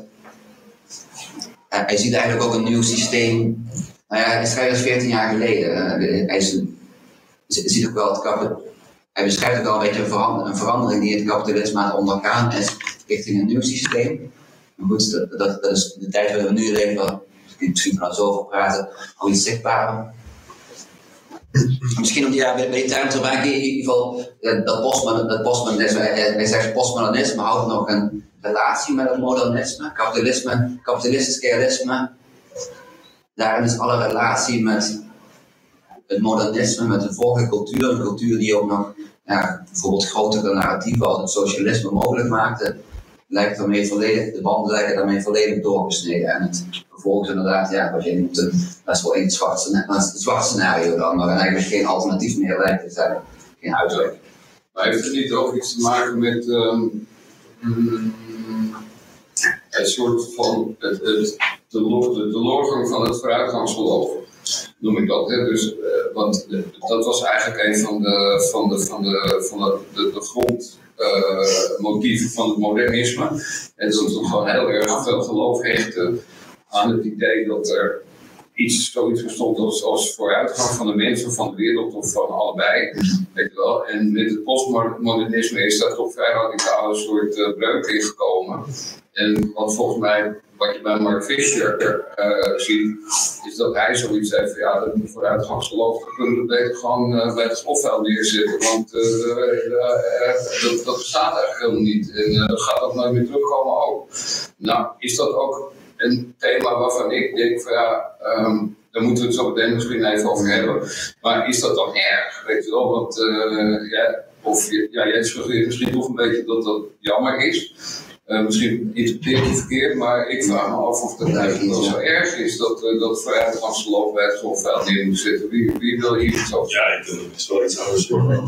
uh, hij ziet eigenlijk ook een nieuw systeem. Nou ja, hij schrijft dat veertien jaar geleden. Uh, hij is een, ziet ook wel het kapit- hij beschrijft ook wel een beetje een, verander- een verandering die het kapitalisme aan het ondergaan is richting een nieuw systeem. Maar goed, dat, dat, dat is de tijd waarin we nu leven. Ik misschien van zoveel praten, al iets zichtbaarder. Misschien om die, ja, bij die term te maken, in ieder geval dat, postmodern, dat postmodernisme, hij zegt postmodernisme houdt nog een relatie met het modernisme, kapitalisme, kapitalistisch realisme. Daarin is alle relatie met het modernisme, met de vorige cultuur, een cultuur die ook nog ja, bijvoorbeeld grotere narratieven als het socialisme mogelijk maakte, lijkt daarmee volledig, de banden lijken daarmee volledig doorgesneden. En het vervolgens inderdaad, ja, wat je noemt, dat is wel een zwart, een zwart scenario dan, maar eigenlijk geen alternatief meer lijkt te zijn, geen uitweg.
Maar heeft het niet ook iets te maken met um, um, het soort van het, het, de, lo- de, de doorgang van het vooruitgangsgeloof, noem ik dat. Hè? Dus, uh, want uh, dat was eigenlijk een van de, van de, van de, van de, de, de grondmotieven uh, van het modernisme. En dat is gewoon heel erg veel geloof hechten aan het idee dat er iets, zoiets bestond als, als vooruitgang van de mens of van de wereld of van allebei. Weet je wel. En met het postmodernisme is daar toch vrij radicaal een soort uh, breuk in gekomen. En wat volgens mij, wat je bij Mark Fisher uh, ziet, is dat hij zoiets heeft van ja, dat vooruitgangsgeloof, dat kunnen we beter gewoon uh, bij het grofvuil neerzetten, want uh, uh, uh, dat, dat bestaat eigenlijk helemaal niet. En uh, dat gaat ook nooit meer terugkomen ook. Nou, is dat ook een thema waarvan ik denk van ja, um, daar moeten we het zo meteen misschien even over hebben. Maar is dat dan erg? Weet je wel, want uh, ja, of ja, jij suggereert misschien toch een beetje dat dat jammer is. Uh, misschien interpreteer ik het verkeerd, maar ik vraag me af of dat eigenlijk wel zo erg is dat, uh, dat vooruitgangse loopweg zo'n veld neer moet zitten. Wie, wie wil hier iets over?
Ja, ik wil er best wel iets over zeggen.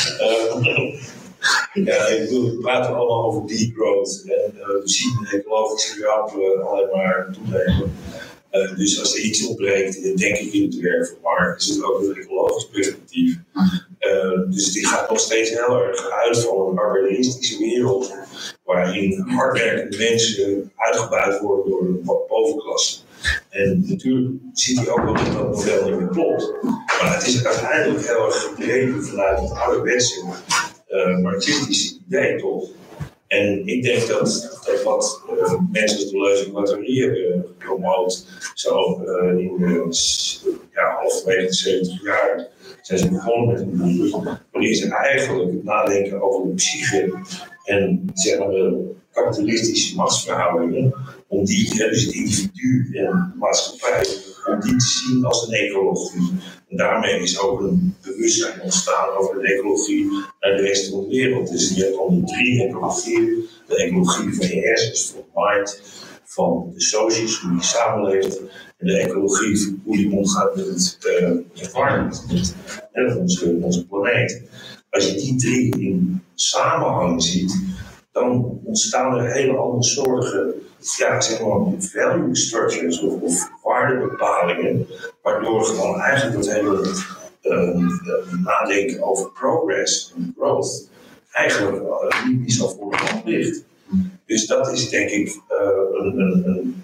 Uh, ja, ik bedoel, we praten allemaal over degrowth en uh, we zien de ecologische rampen alleen maar toenemen. Uh, dus als er iets opbreekt, denk ik in het werk van Mark, is het ook een ecologisch perspectief. Uh, dus die gaat nog steeds heel erg uit van een arbeideristische wereld, waarin hardwerkende mensen uitgebuit worden door de bovenklasse. En natuurlijk ziet hij ook wel dat dat model niet meer klopt. Maar het is uiteindelijk heel erg gedreven vanuit het ouderwetse uh, marxistische idee, toch? En ik denk dat, dat wat uh, mensen als Deleuze en Guattari hebben gepromoot, zo uh, in de ja, halverwege de zeventig jaar zijn ze begonnen met een boek waarin ze eigenlijk het nadenken over de psyche en zeg maar, de kapitalistische machtsverhoudingen, om die, dus het individu en de maatschappij, om die te zien als een ecologie. En daarmee is ook een bewustzijn ontstaan over de ecologie naar de rest van de wereld. Dus je hebt al die drie ecologieën. De ecologie van je hersens, van mind, van de socius, hoe die samenleeft. En de ecologie van hoe die omgaat met het uh, environment, met onze, onze planeet. Als je die drie in samenhang ziet, dan ontstaan er hele andere soorten, ja, zeg maar, value structures of, of waardebepalingen, waardoor gewoon eigenlijk dat hele uh, nadenken over progress en growth eigenlijk uh, niet zo voor de hand ligt. Dus dat is denk ik uh, een, een, een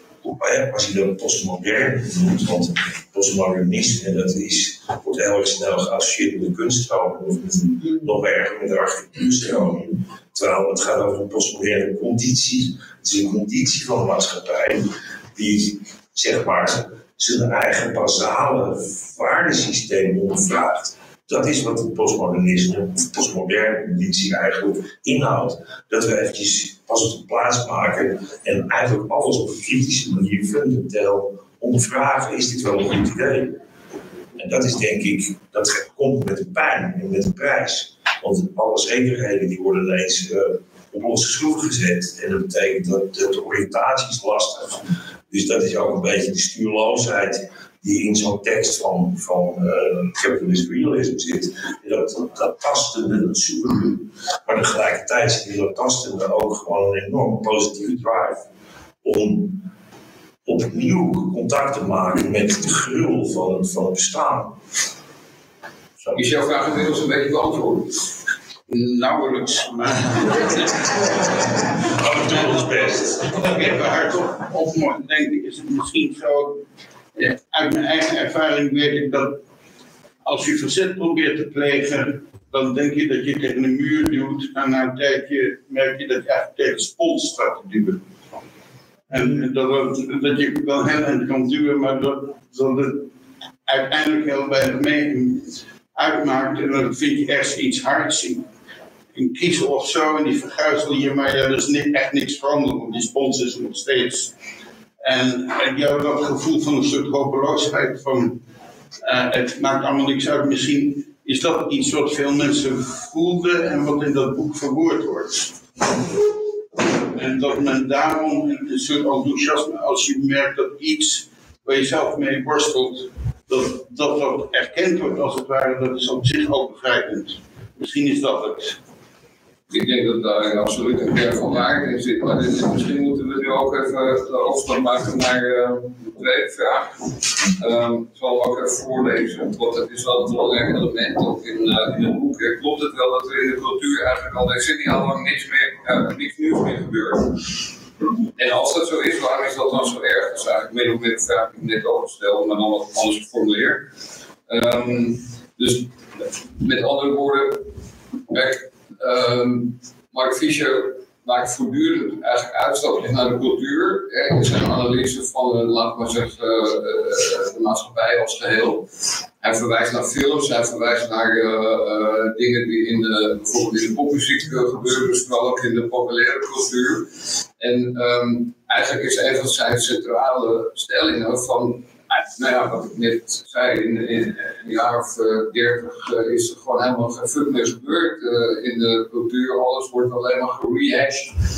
als je dat postmodern noemt, want postmodernisme, dat is, wordt heel erg snel geassocieerd met de kunststroom of met een, nog erger met de architectuurstroom. Terwijl het gaat over een postmoderne conditie. Het is een conditie van de maatschappij die, zeg maar, zijn eigen basale waardesysteem ondervraagt. Dat is wat het postmodernisme, of de postmoderne conditie eigenlijk inhoudt. Dat we eventjes pas op de plaats maken en eigenlijk alles op een kritische manier fundamenteel ondervragen. Is dit wel een goed idee? En dat is denk ik, dat komt met de pijn en met de prijs. Want alle zekerheden die worden ineens uh, op losse schroef gezet. En dat betekent dat de oriëntatie is lastig. Dus dat is ook een beetje de stuurloosheid die in zo'n tekst van, van uh, capitalist realism zit. Dat, dat, dat tastende, dat zoekende. Maar tegelijkertijd zit in dat tastende ook gewoon een enorme positieve drive om opnieuw contact te maken met de gruwel van, van het bestaan.
Zo. Is jouw vraag inmiddels een beetje beantwoord?
Nauwelijks, maar.
Maar we doen ons best.
Even hardop op moet denken, is het misschien zo. Ja, uit mijn eigen ervaring weet ik dat als je verzet probeert te plegen, dan denk je dat je tegen een muur duwt en na een tijdje merk je dat je eigenlijk tegen spons staat te duwen. En dat, dat je wel heel eind kan duwen, maar dat, dat het uiteindelijk heel weinig mee uitmaakt en dan vind je ergens iets hards in. Een kiezel of zo en die verguizel je, maar ja, er is niet, echt niks veranderd, want die spons is er nog steeds. En, en jou dat gevoel van een soort hopeloosheid van uh, het maakt allemaal niks uit. Misschien is dat iets wat veel mensen voelden en wat in dat boek verwoord wordt. En dat men daarom een soort enthousiasme, als je merkt dat iets waar je zelf mee worstelt, dat dat, dat erkend wordt als het ware, dat is op zich al bevrijdend. Misschien is dat het.
Ik denk dat daar absoluut een kern van waarheid in zit, maar dit, misschien moeten we nu ook even de opstap maken naar uh, de tweede vraag. Um, ik zal hem ook even voorlezen, want het is wel een belangrijk element ook in, uh, in het boek. Hè. Klopt het wel dat er in de cultuur eigenlijk al decennia lang niks meer, uh, niks nieuws meer gebeurt? En als dat zo is, waarom is dat dan zo erg? Dat is eigenlijk min of meer de vraag die ik net al gesteld, maar dan wat anders geformuleerd. Um, dus met andere woorden, kijk, Um, Mark Fisher maakt voortdurend eigenlijk uitstapjes naar de cultuur. Hè, in zijn analyse van, uh, laat maar zeggen, uh, uh, de maatschappij als geheel. Hij verwijst naar films, hij verwijst naar uh, uh, dingen die in de, bijvoorbeeld in de popmuziek uh, gebeuren, dus vooral ook in de populaire cultuur. En um, eigenlijk is een van zijn centrale stellingen van, nou ja, wat ik net zei, in, in, in een jaar of dertig uh, is er gewoon helemaal geen fuck meer gebeurd uh, in de cultuur. Alles wordt alleen maar gerehashed.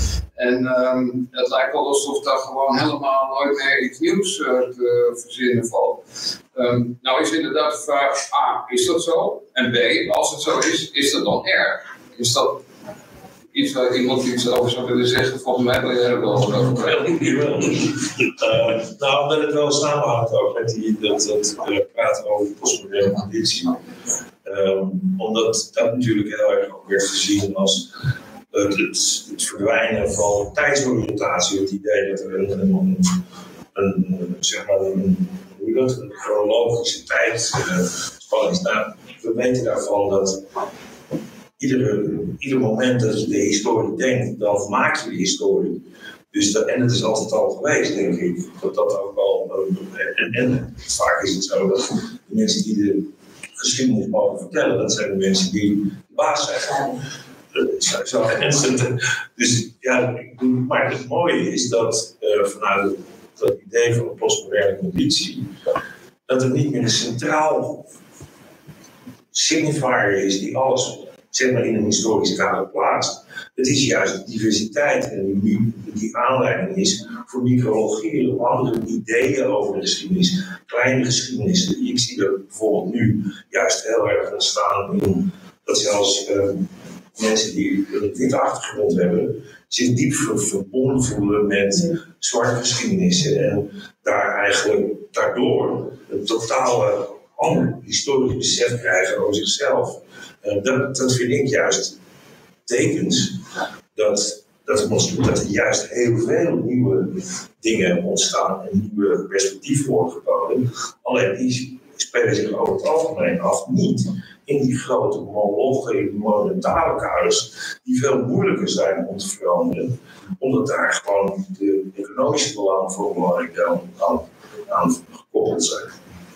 En um, het lijkt wel alsof daar gewoon helemaal nooit meer iets nieuws uh, te verzinnen valt. Um, nou is inderdaad de vraag, A, is dat zo? En B, als het zo is, is dat dan erg? Is dat iets waar iemand iets over zou willen zeggen? Volgens mij wil je er wel over over praten.
uh, nou, omdat het wel samenhangt ook met die, dat, dat uh, praten over postmoderne conditie. Um, omdat dat natuurlijk heel erg ook werd gezien als het, het, het verdwijnen van tijdsoriëntatie. Het idee dat er een, een, een, een zeg maar een, hoe je dat, een chronologische tijdspanning is. Nou, we weten daarvan dat iedere, ieder moment dat je de historie denkt, dan maak je de historie. Dus dat, en het is altijd al geweest, denk ik. Dat dat ook wel. En, en vaak is het zo dat de mensen die de geschiedenis mogen vertellen, dat zijn de mensen die de baas zijn. Zo, zo, dus ja, maar het mooie is dat uh, vanuit dat idee van de postmoderne conditie, dat het niet meer een centraal signifier is die alles zeg maar in een historisch kader plaatst. Het is juist de diversiteit en die, die aanleiding is voor micrologie, andere ideeën over de geschiedenis, kleine geschiedenissen. Ik zie dat bijvoorbeeld nu juist heel erg ontstaan in dat zelfs uh, mensen die een witte achtergrond hebben, zich diep verbonden voelen met zwarte geschiedenissen en daar eigenlijk daardoor een totale ander historisch besef krijgen over zichzelf. Uh, dat, dat vind ik juist tekens dat, dat, er, dat er juist heel veel nieuwe dingen ontstaan en nieuwe perspectieven worden geboden. Alleen die spelen zich over het algemeen af niet in die grote monologe, monumentale kaders, die veel moeilijker zijn om te veranderen, omdat daar gewoon de economische belangen voor belangrijk aan, aan, aan gekoppeld zijn.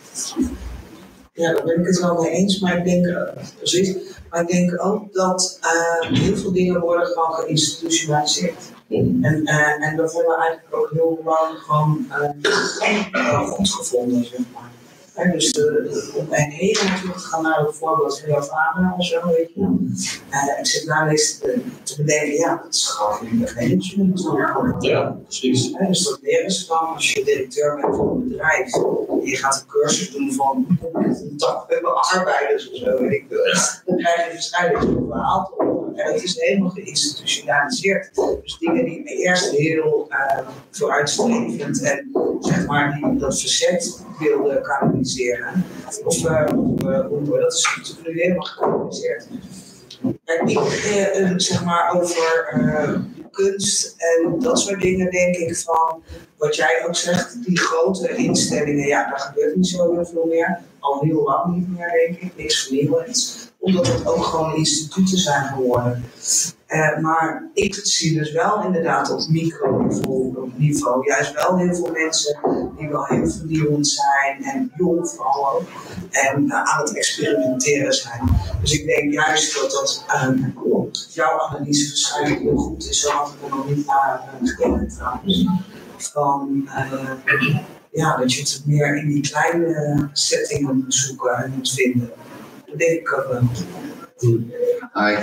Ja, daar ben ik het wel mee eens, maar ik denk, uh, precies, maar ik denk ook dat uh, heel veel dingen worden gewoon geïnstitutionaliseerd. Mm. En, uh, en dat hebben we eigenlijk ook heel lang gewoon uh, goed gevonden, zeg maar. En dus de, om een hele natuurlijk te gaan naar het voorbeeld van jouw vader of zo, weet je. Uh, ik zit nou eens te, te bedenken, ja, dat is gewoon in de management.
Ja, precies.
Uh, dus dat leren ze dan als je directeur bent van een bedrijf. Je gaat een cursus doen van een tak met arbeiders of zo, weet ik veel. Dan krijg je waarschijnlijk een verhaal te horen. En het is helemaal geïnstitutionaliseerd. Dus dingen die me eerst heel uh, vooruitstrevend en zeg maar die dat verzet wilden kanaliseren. Of uh, uh, dat is natuurlijk nu helemaal gekanaliseerd. En ik uh, zeg maar over uh, kunst en dat soort dingen denk ik van wat jij ook zegt, die grote instellingen, ja, daar gebeurt niet zo heel veel meer. Al heel lang niet meer, denk ik, niks vernieuwends. Omdat het ook gewoon instituten zijn geworden. Uh, maar ik zie dus wel inderdaad op micro-niveau juist wel heel veel mensen die wel heel vernieuwend zijn en jong vooral ook. En uh, aan het experimenteren zijn. Dus ik denk juist dat dat um, jouw analyse waarschijnlijk heel goed is. Zo had ik er nog niet naar uh, gekeken trouwens. Van uh, ja, dat je het meer in die kleine settingen moet zoeken en moet vinden. Dat denk ik ook wel.
Nou,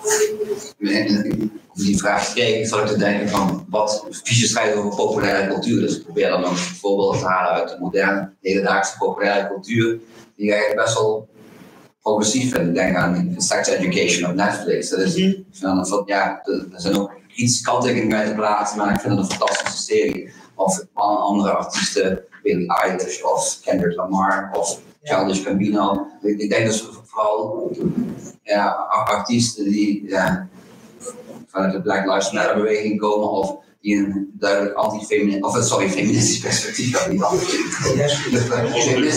ik, die vraag kreeg, zat ik te denken van wat Fischer schrijft over populaire cultuur. Dus ik probeer dan ook voorbeelden te halen uit de moderne, hedendaagse populaire cultuur, die ik eigenlijk best wel progressief vind. Ik denk aan Sex Education op Netflix. Dat is, ik vind dat, ja, er zijn ook kritische kanttekeningen uit te plaatsen, maar ik vind het een fantastische serie. Of andere artiesten, Billie Eilish of Kendrick Lamar of Childish Gambino. Ik, ik denk dus vooral ja, artiesten die ja, vanuit de Black Lives Matter beweging komen of die een duidelijk anti-feministisch, of sorry, feministisch perspectief hebben. Niet anti-feministisch.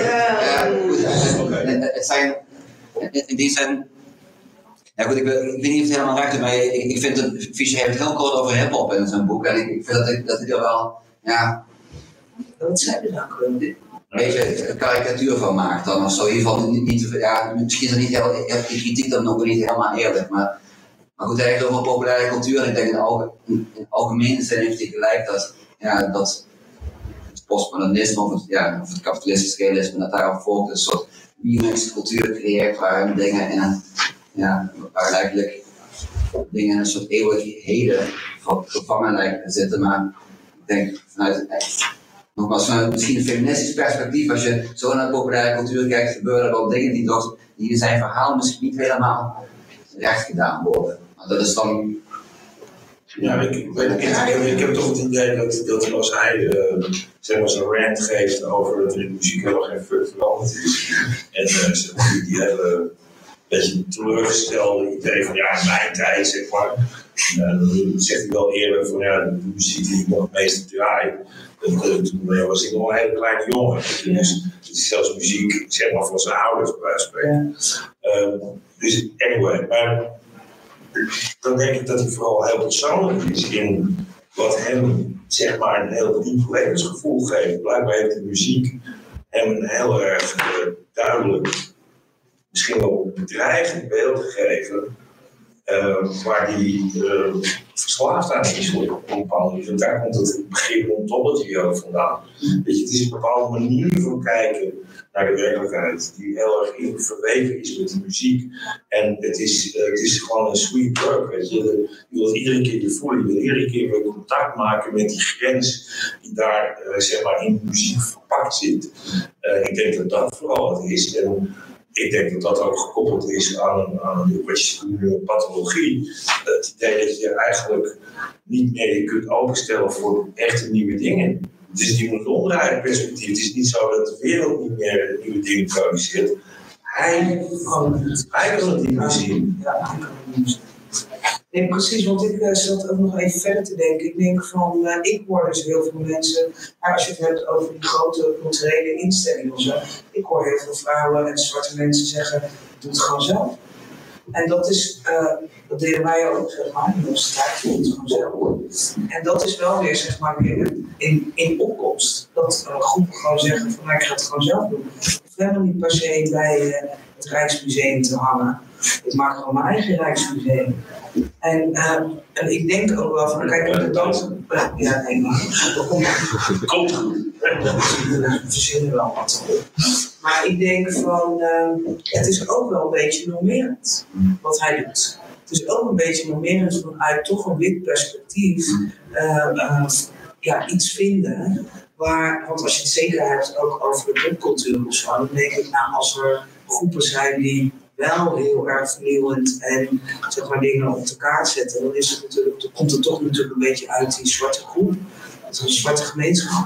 Het zijn, in die zin, ja goed, ik, ik weet niet of het helemaal recht is, maar ik, ik vind dat Fischer heeft het heel kort over hip-hop in zijn boek en ik, ik vind dat, ik, dat hij er wel, ja.
Wat zijn er dan gewoon?
Een beetje een karikatuur van maakt dan of zo. In ieder geval niet, niet ja, misschien is dat niet heel, die kritiek dan ook niet helemaal eerlijk, maar, maar goed, hij heeft over populaire cultuur en ik denk in de in algemene zin heeft hij gelijk dat, ja, dat het postmodernisme of het, ja, of het kapitalistisch realisme, dat daarop volgt een soort remixed cultuur creëert waarin dingen in een, ja, waar eigenlijk dingen in een soort eeuwigheden gevangen lijken te zitten. Maar ik denk vanuit, nogmaals, vanuit misschien een feministisch perspectief, als je zo naar de populaire cultuur kijkt, gebeuren er wel dingen die, door, die in zijn verhaal misschien niet helemaal recht gedaan worden. Maar dat is dan...
Ja, ik, ik, ik, ik, ik heb toch het idee dat, dat als hij uh, zeg maar zo'n rant geeft over dat er in de muziek helemaal geen fuck veranderd is. En uh, zeg maar, die, die hele beetje teleurgestelde idee van ja, in mijn tijd, zeg maar. Uh, dan zegt hij wel eerlijk van ja, de muziek die ik nog het meeste draai. Toen was ik nog een hele kleine jongen. Dus het is zelfs muziek zeg maar, van zijn ouders bij wijze van spreken. Uh, dus anyway, maar dan denk ik dat hij vooral heel persoonlijk is in wat hem zeg maar een heel diep levensgevoel geeft. Blijkbaar heeft de muziek hem een heel erg uh, duidelijk, misschien wel bedreigend beeld gegeven. Uh, waar hij uh, verslaafd aan is op een bepaalde manier. En daar komt het begrip ontology ook vandaan. Weet je, het is een bepaalde manier van kijken naar de werkelijkheid die heel erg in verweven is met de muziek. En het is, uh, het is gewoon een sweet drug, weet je. Je wilt iedere keer je voelen, je wilt iedere keer weer contact maken met die grens die daar uh, zeg maar in de muziek verpakt zit. Uh, ik denk dat dat vooral het is. En ik denk dat dat ook gekoppeld is aan, aan wat je noemt pathologie. Het idee dat je eigenlijk niet meer je kunt openstellen voor echte nieuwe dingen. Het is niet een omdraaiend perspectief. Het is niet zo dat de wereld niet meer nieuwe dingen produceert. Hij kan het, hij kan het niet meer zien.
Ja, hij kan het niet meer zien. Nee, precies, want ik uh, zat ook nog even verder te denken. Ik denk van, uh, ik hoor dus heel veel mensen, uh, als je het hebt over die grote culturele instellingen of zo, ik hoor heel veel vrouwen en zwarte mensen zeggen, doe het gewoon zelf. En dat is, uh, dat deden wij ook, zeg maar, in onze tijd, doe het gewoon zelf. En dat is wel weer, zeg maar, weer in, in opkomst. Dat uh, groepen gewoon zeggen van, nou, ik ga het gewoon zelf doen. Ik hoef helemaal niet per se bij uh, het Rijksmuseum te hangen. Ik maak gewoon mijn eigen Rijksmuseum. En, uh, en ik denk ook wel van, kijk, de dood. Ja, nee, maar dat komt goed. We verzinnen wel wat. Maar ik denk van, uh, het is ook wel een beetje normerend wat hij doet. Het is ook een beetje normerend vanuit toch een wit perspectief uh, uh, ja, iets vinden. Waar, want als je het zeker hebt ook over de popcultuur of zo, dan denk ik, nou, als er groepen zijn die wel heel erg vernieuwend en zeg maar dingen op de kaart zetten, dan, is het natuurlijk, dan komt het toch natuurlijk een beetje uit die zwarte groep, uit een zwarte gemeenschap.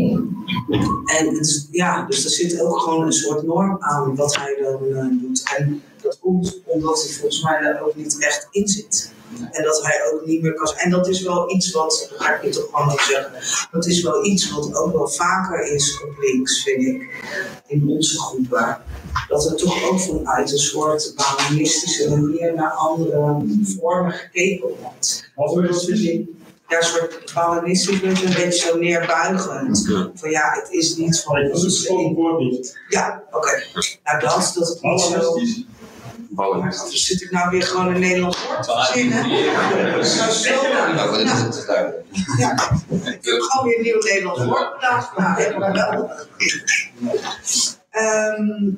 En het, ja, dus er zit ook gewoon een soort norm aan wat hij dan uh, doet. En dat komt omdat hij volgens mij daar ook niet echt in zit. En dat hij ook niet meer kan. En dat is wel iets wat, dat ga ik je toch gewoon ook zeggen, dat is wel iets wat ook wel vaker is op links, vind ik, in onze groepen. Dat er toch ook vanuit een soort balanistische manier naar andere vormen gekeken wordt.
Wat wil je dat zien?
Ja, een soort balanistisch, een beetje zo neerbuigend. Ja. Van ja, het is niet van...
Nee, dat is het gewoon woord niet.
Ja, oké. Okay. Nou, dat, dat het niet zo...
Balanistisch.
Dus zit ik nou weer gewoon een Nederlands woord te verzinnen? Dat is nou zo...
Nou, dat is het duidelijk.
Ja, ik heb gewoon weer een nieuw Nederlands woord bedacht. Nou, helemaal wel. Um,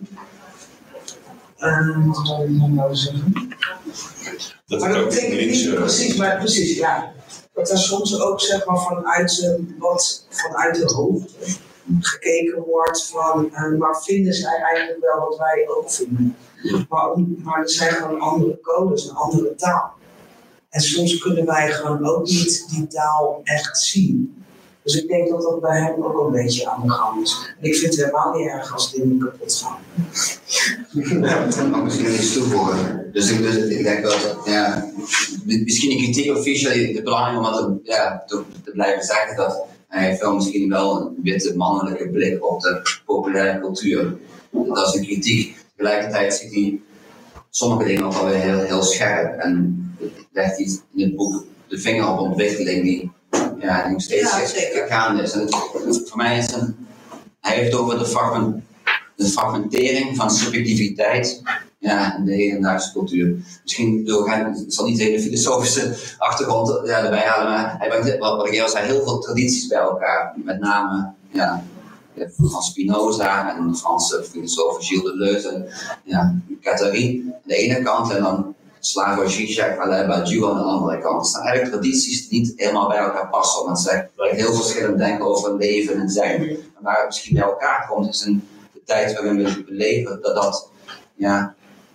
um, wat zou ik nog nou zeggen?
Dat
maar dat betekent niet
uh,
precies, maar precies, ja. Dat er soms ook zeg maar vanuit wat vanuit de hoofd gekeken wordt van, uh, maar vinden zij eigenlijk wel wat wij ook vinden. Maar, maar er zijn gewoon andere codes, een andere taal. En soms kunnen wij gewoon ook niet die taal echt zien. Dus ik denk dat dat bij hem ook een beetje aan de gang is. En ik vind het helemaal niet erg als dingen kapot gaan.
Ja, maar misschien iets toevoegen. Dus ik, dus ik denk dat, ja, misschien een kritiek op Fischer, het is belangrijk om dat ja, te, te blijven zeggen dat hij heeft wel misschien wel een witte mannelijke blik op de populaire cultuur. Dat is een kritiek. Tegelijkertijd ziet hij sommige dingen ook alweer heel, heel scherp en legt hij in het boek de vinger op ontwikkeling die ja, nog steeds ja, gaande is. En het, voor mij is een, hij heeft over de, fragment, de fragmentering van subjectiviteit ja, in de hedendaagse cultuur. Misschien, bedoel, ik zal niet de hele filosofische achtergrond ja, erbij halen, maar hij brengt, wat, wat ik eerder zei, heel veel tradities bij elkaar. Met name ja, van Spinoza en de Franse filosoof Gilles Deleuze en ja, Guattari aan de ene kant en dan Slavoj Žižek, Alain Badiou aan de andere kant. Het zijn eigenlijk tradities die niet helemaal bij elkaar passen, want zij heel verschillend denken over leven en zijn. En waar het misschien bij elkaar komt, is een, de tijd waarin we leven, dat dat, ja,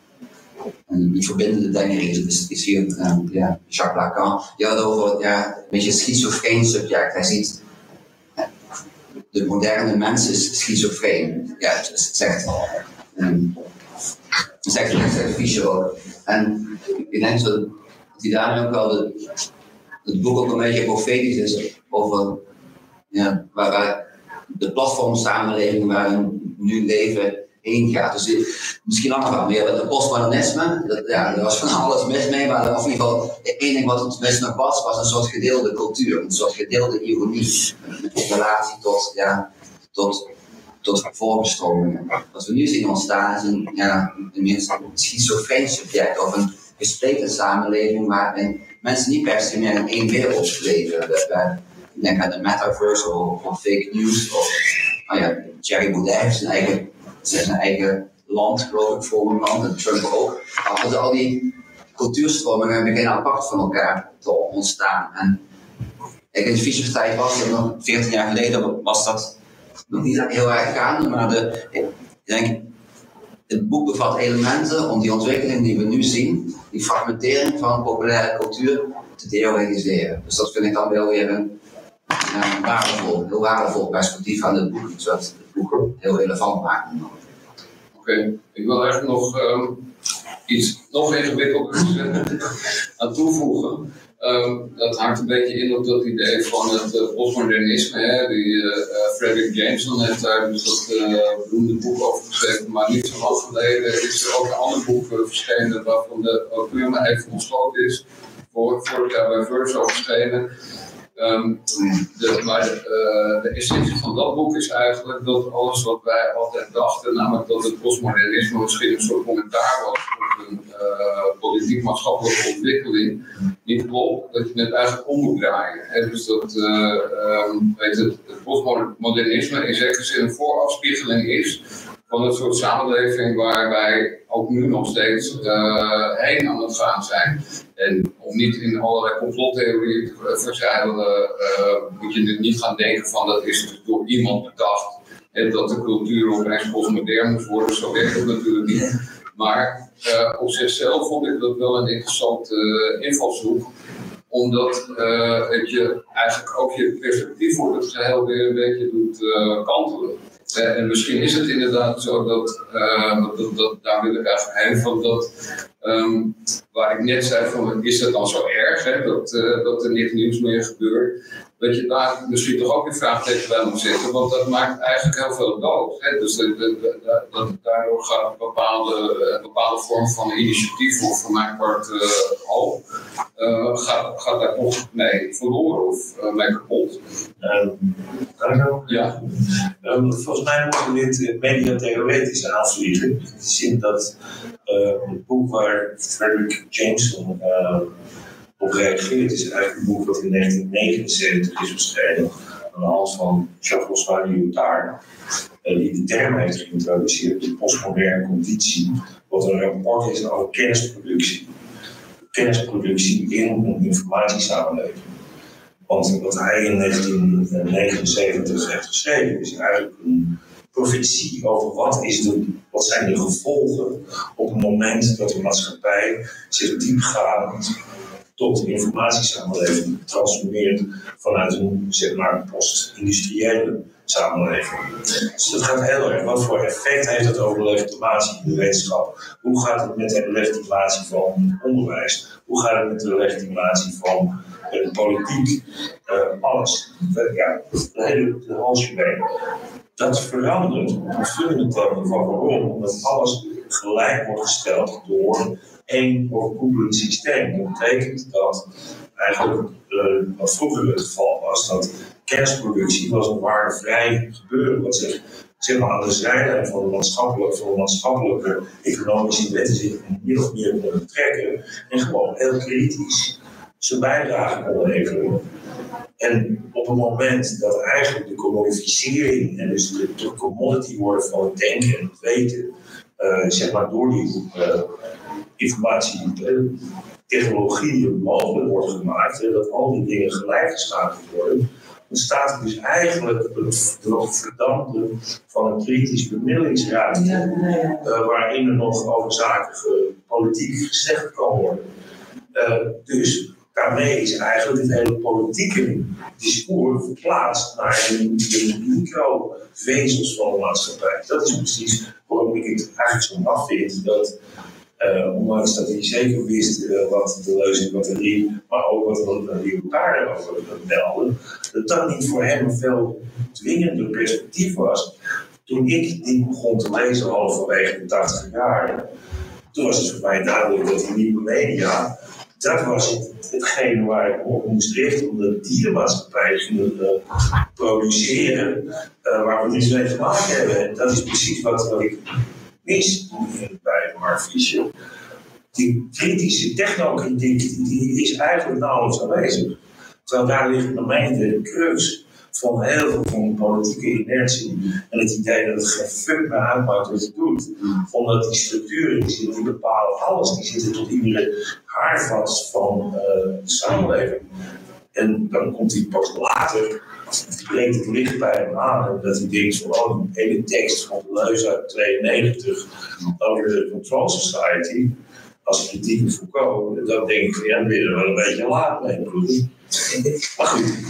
een verbindende denker is. Dus het is hier, um, ja, Jacques Lacan, die had over, ja, een beetje een schizofreen subject. Hij ziet, de moderne mens is schizofreen. Ja, dus het zegt, um, het zegt, het zegt Fischer ook. En ik denk dat hij daarmee ook wel de, het boek ook een beetje profetisch is over, ja, waar, waar de platformsamenleving waar we nu leven heen gaat. Dus die, misschien langer van weer het postmodernisme, dat, ja, er was van alles mis mee, maar of in ieder geval het enige wat het mis nog was, was een soort gedeelde cultuur, een soort gedeelde ironie, in relatie tot, ja, tot, tot vormstromingen. Wat we nu zien ontstaan is een, ja, een schizofreen subject of een gespleten samenleving waarin mensen niet per se meer in één wereld leven. Ik denk aan de metaverse of, of fake news of, oh ja, Thierry Baudet heeft zijn eigen zijn eigen land, geloof ik, voor een land, en Trump ook. Maar al die cultuurstromingen beginnen apart van elkaar te ontstaan. En ik in de Fischer tijd was het nog veertien jaar geleden, was dat nog niet heel erg gaande, maar de, ik denk, het boek bevat elementen om die ontwikkeling die we nu zien, die fragmentering van populaire cultuur, te deologiseren. Dus dat vind ik dan wel weer een, een waardevol, heel waardevol perspectief aan het boek, zodat het boek heel relevant maakt.
Oké, okay. Ik wil eigenlijk nog um, iets nog ingewikkelders aan toevoegen. Um, dat haakt een beetje in op dat idee van het uh, postmodernisme. Hè? Die uh, uh, Frederick Jameson heeft daar dus dat uh, beroemde boek over geschreven, maar niet zo lang geleden is er ook een ander boek uh, verschenen waarvan de auteur maar even ontsloten is. Vor, vorig jaar bij Verso verschenen. Um, de, maar de, uh, de essentie van dat boek is eigenlijk dat alles wat wij altijd dachten, namelijk dat het postmodernisme misschien een soort commentaar was op een uh, politiek-maatschappelijke ontwikkeling, niet klopt, dat je het eigenlijk om moet draaien. Hè? Dus dat uh, um, weet het, het postmodernisme in zekere zin een voorafspiegeling is van het soort samenleving waar wij ook nu nog steeds uh, heen aan het gaan zijn. En om niet in allerlei complottheorieën te verzeilen, uh, moet je nu niet gaan denken van dat is door iemand bedacht. Hè, dat de cultuur opeens postmodern moet worden, zo werkt het natuurlijk niet. Maar uh, op zichzelf vond ik dat wel een interessante uh, invalshoek. Omdat uh, het je eigenlijk ook je perspectief voor het geheel weer een beetje doet uh, kantelen. Uh, en misschien is het inderdaad zo dat, uh, dat, dat, dat daar wil ik eigenlijk heen van dat, um, waar ik net zei van is het dan zo erg hè, dat, uh, dat er niks nieuws meer gebeurt, dat je daar misschien toch ook een vraagteken bij moet zetten, want dat maakt eigenlijk heel veel dood. Hè? Dus de, de, de, dat daardoor gaat een bepaalde, uh, bepaalde vorm van initiatief of voor mijn part uh, hoop, uh, gaat, gaat daar toch mee verloren of uh, mee kapot.
Um, Dank u.
Ja.
Um, volgens mij moeten we dit mediatheoretisch aanvliegen. In de zin dat uh, het boek waar Frederick Jameson uh, op reageert is eigenlijk een boek dat in negentien negenenzeventig is verschenen aan de hand van Jean-François Lyotard, uh, die de term heeft geïntroduceerd, de postmoderne conditie, wat een rapport is over kennisproductie. Kennisproductie in een informatiesamenleving. Want wat hij in negentien negenenzeventig heeft geschreven is eigenlijk een profetie over wat, is de, wat zijn de gevolgen op het moment dat de maatschappij zich diepgaand tot een informatiesamenleving transformeert vanuit een, zeg maar, post-industriële samenleving. Dus dat gaat heel erg. Wat voor effect heeft het over legitimatie in de wetenschap? Hoe gaat het met de legitimatie van het onderwijs? Hoe gaat het met de legitimatie van de politiek? Uh, alles. Ja, de hele de halsje mee. Dat verandert op een fundamentele niveau. Waarom? Omdat alles gelijk wordt gesteld door één overkoepelend systeem. Dat betekent dat eigenlijk uh, wat vroeger het geval was, dat kennisproductie was een waardevrij gebeuren, wat zich zeg maar, aan de zijlijn van de maatschappelijke, van de maatschappelijke economische wetten zich min of meer kon betrekken en gewoon heel kritisch zijn bijdrage kon leveren. En op het moment dat eigenlijk de commodificering en dus de, de commodity worden van het denken en het weten, uh, zeg maar door die uh,
informatie, uh, technologieën mogelijk wordt gemaakt, uh, dat al die dingen gelijkgeschakeld worden, dan staat er dus eigenlijk het verdampen van een kritisch bemiddelingsruimte, ja, ja, ja. Uh, waarin er nog over zaken ge, politiek gezegd kan worden. Uh, dus daarmee is eigenlijk het hele politieke discours verplaatst naar de, de microvezels van de maatschappij. Dat is precies waarom ik het eigenlijk zo af vind dat, uh, ondanks dat hij zeker wist uh, wat de leuzenbatterie, maar ook wat de Lyotard over melden, dat dat niet voor hem een veel dwingender perspectief was. Toen ik dit begon te lezen, halverwege de tachtig jaren, toen was het voor mij duidelijk dat die nieuwe media, dat was het, hetgene waar ik op moest richten, omdat die de maatschappij gingen uh, produceren, uh, waar we nu mee te maken hebben. En dat is precies wat, wat ik mis bij Mark Fisher. Die kritische technokritiek, die, die is eigenlijk nauwelijks aanwezig. Terwijl daar ligt naar mij de crux van heel veel van de politieke inertie en het idee dat het geen fuck meer uitmaakt wat je doet. Omdat die structuren die zitten, die bepalen alles, die zitten tot iedere haarvast van uh, de samenleving. En dan komt hij pas later, breekt het licht bij hem aan en dat hij denkt van oh, een hele tekst van Deleuze uit tweeënnegentig over de Control Society als kritiek op Foucault, dan denk ik van ja, dan ben je er wel een beetje laat mee. Maar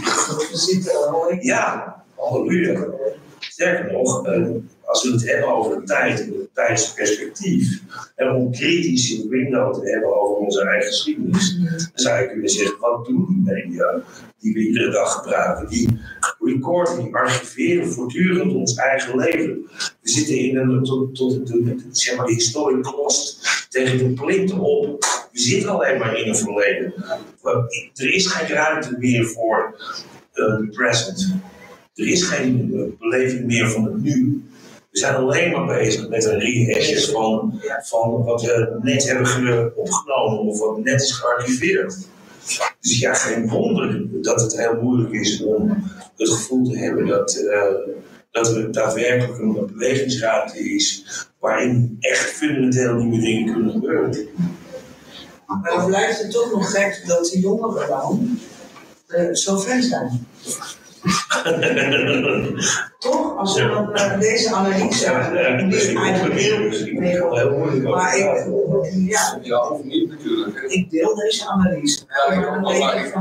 goed. Ja, halleluja. Sterker nog, als we het hebben over de tijd en het tijdsperspectief, en om kritisch een window te hebben over onze eigen geschiedenis, dan zou je kunnen zeggen, wat doen die media die we iedere dag gebruiken? Die recorden, die archiveren voortdurend ons eigen leven. We zitten in een, tot, tot de, de, zeg maar, de historic kost tegen de plinten op. We zitten alleen maar in een verleden. Er is geen ruimte meer voor uh, de present. Er is geen uh, beleving meer van het nu. We zijn alleen maar bezig met een rehash van, van wat we net hebben opgenomen of wat net is gearchiveerd. Dus ja, geen wonder dat het heel moeilijk is om het gevoel te hebben dat, uh, dat er daadwerkelijk een bewegingsruimte is waarin echt fundamenteel nieuwe dingen kunnen gebeuren.
Maar dan blijft het toch nog gek dat die jongeren dan uh, zo ver zijn. Toch? Als we dan uh, deze analyse hebben, die is eigenlijk heel moeilijk. Maar ik, ja,
ja, of niet natuurlijk.
Ik deel deze analyse.
Ja, ik ook wel, maar ik,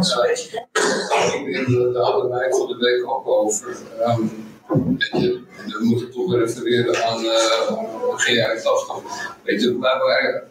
uh, ik denk, daar hadden wij het van de week ook over. Um, weet je, we moeten toch refereren aan uh, begin jaren tachtig. Weet je, waar wij,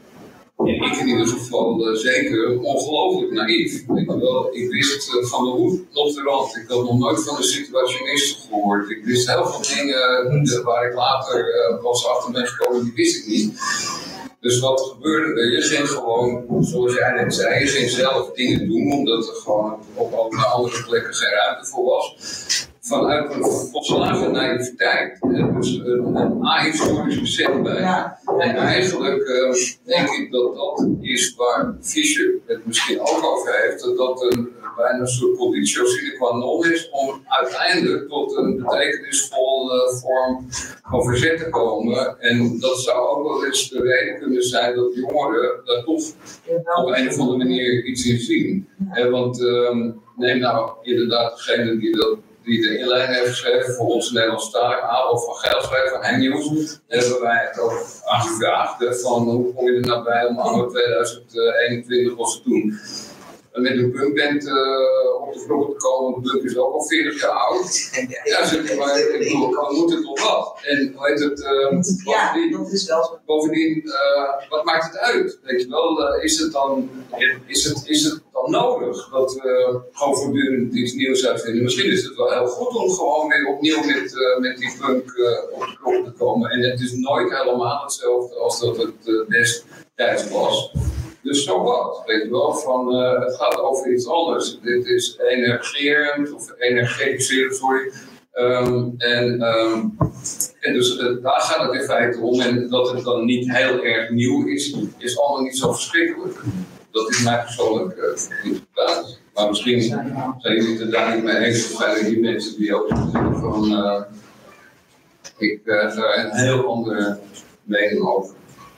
ik in ieder geval uh, zeker ongelooflijk naïef. Weet je wel, ik wist uh, van de hoed tot de rand. Ik had nog nooit van de situationisten gehoord. Ik wist heel veel dingen uh, waar ik later uh, pas achter ben gekomen, die wist ik niet. Dus wat gebeurde er? Je ging gewoon, zoals jij net zei, je ging zelf dingen doen, omdat er gewoon op andere plekken geen ruimte voor was. Vanuit een volslagen naïviteit. Dus een, een ahistorisch besef bij. Ja. En eigenlijk uh, denk ik dat dat is waar Fisher het misschien ook over heeft, dat dat een bijna een soort conditio sine qua non is om uiteindelijk tot een betekenisvolle vorm van verzet te komen. En dat zou ook wel eens de reden kunnen zijn dat jongeren daar toch op een of andere manier iets in zien. He, want um, neem nou inderdaad degene die dat die de inleiding heeft geschreven voor onze Nederlandstalige Adolf van Geilsberg van Hengnieuws, hebben wij het ook aangevraagd van hoe kom je er nou bij om anno tweeduizend eenentwintig was te doen. Met een punkband uh, op de vloer te komen, de punk is ook al veertig jaar oud. Ja, zeg maar, ik bedoel, we moeten toch wat. En hoe heet het, uh,
ja, dat is wel zo.
Bovendien, uh, wat maakt het uit? Weet je wel, uh, is, het dan, is, het, is het dan nodig dat we gewoon voortdurend iets nieuws uitvinden? Misschien is het wel heel goed om gewoon weer opnieuw met, uh, met die punk uh, op de klok te komen. En het is nooit helemaal hetzelfde als dat het uh, destijds was. Dus zo wat, weet je wel, van uh, het gaat over iets anders. Dit is energierend of energetiserend, sorry. Um, en, um, en dus uh, daar gaat het in feite om. En dat het dan niet heel erg nieuw is, is allemaal niet zo verschrikkelijk. Dat is mijn persoonlijke uh, interpretatie. Maar misschien zijn jullie het daar niet mee eens. Of zijn er die mensen die ook zeggen van uh, ik uh, heb daar een heel andere mening over.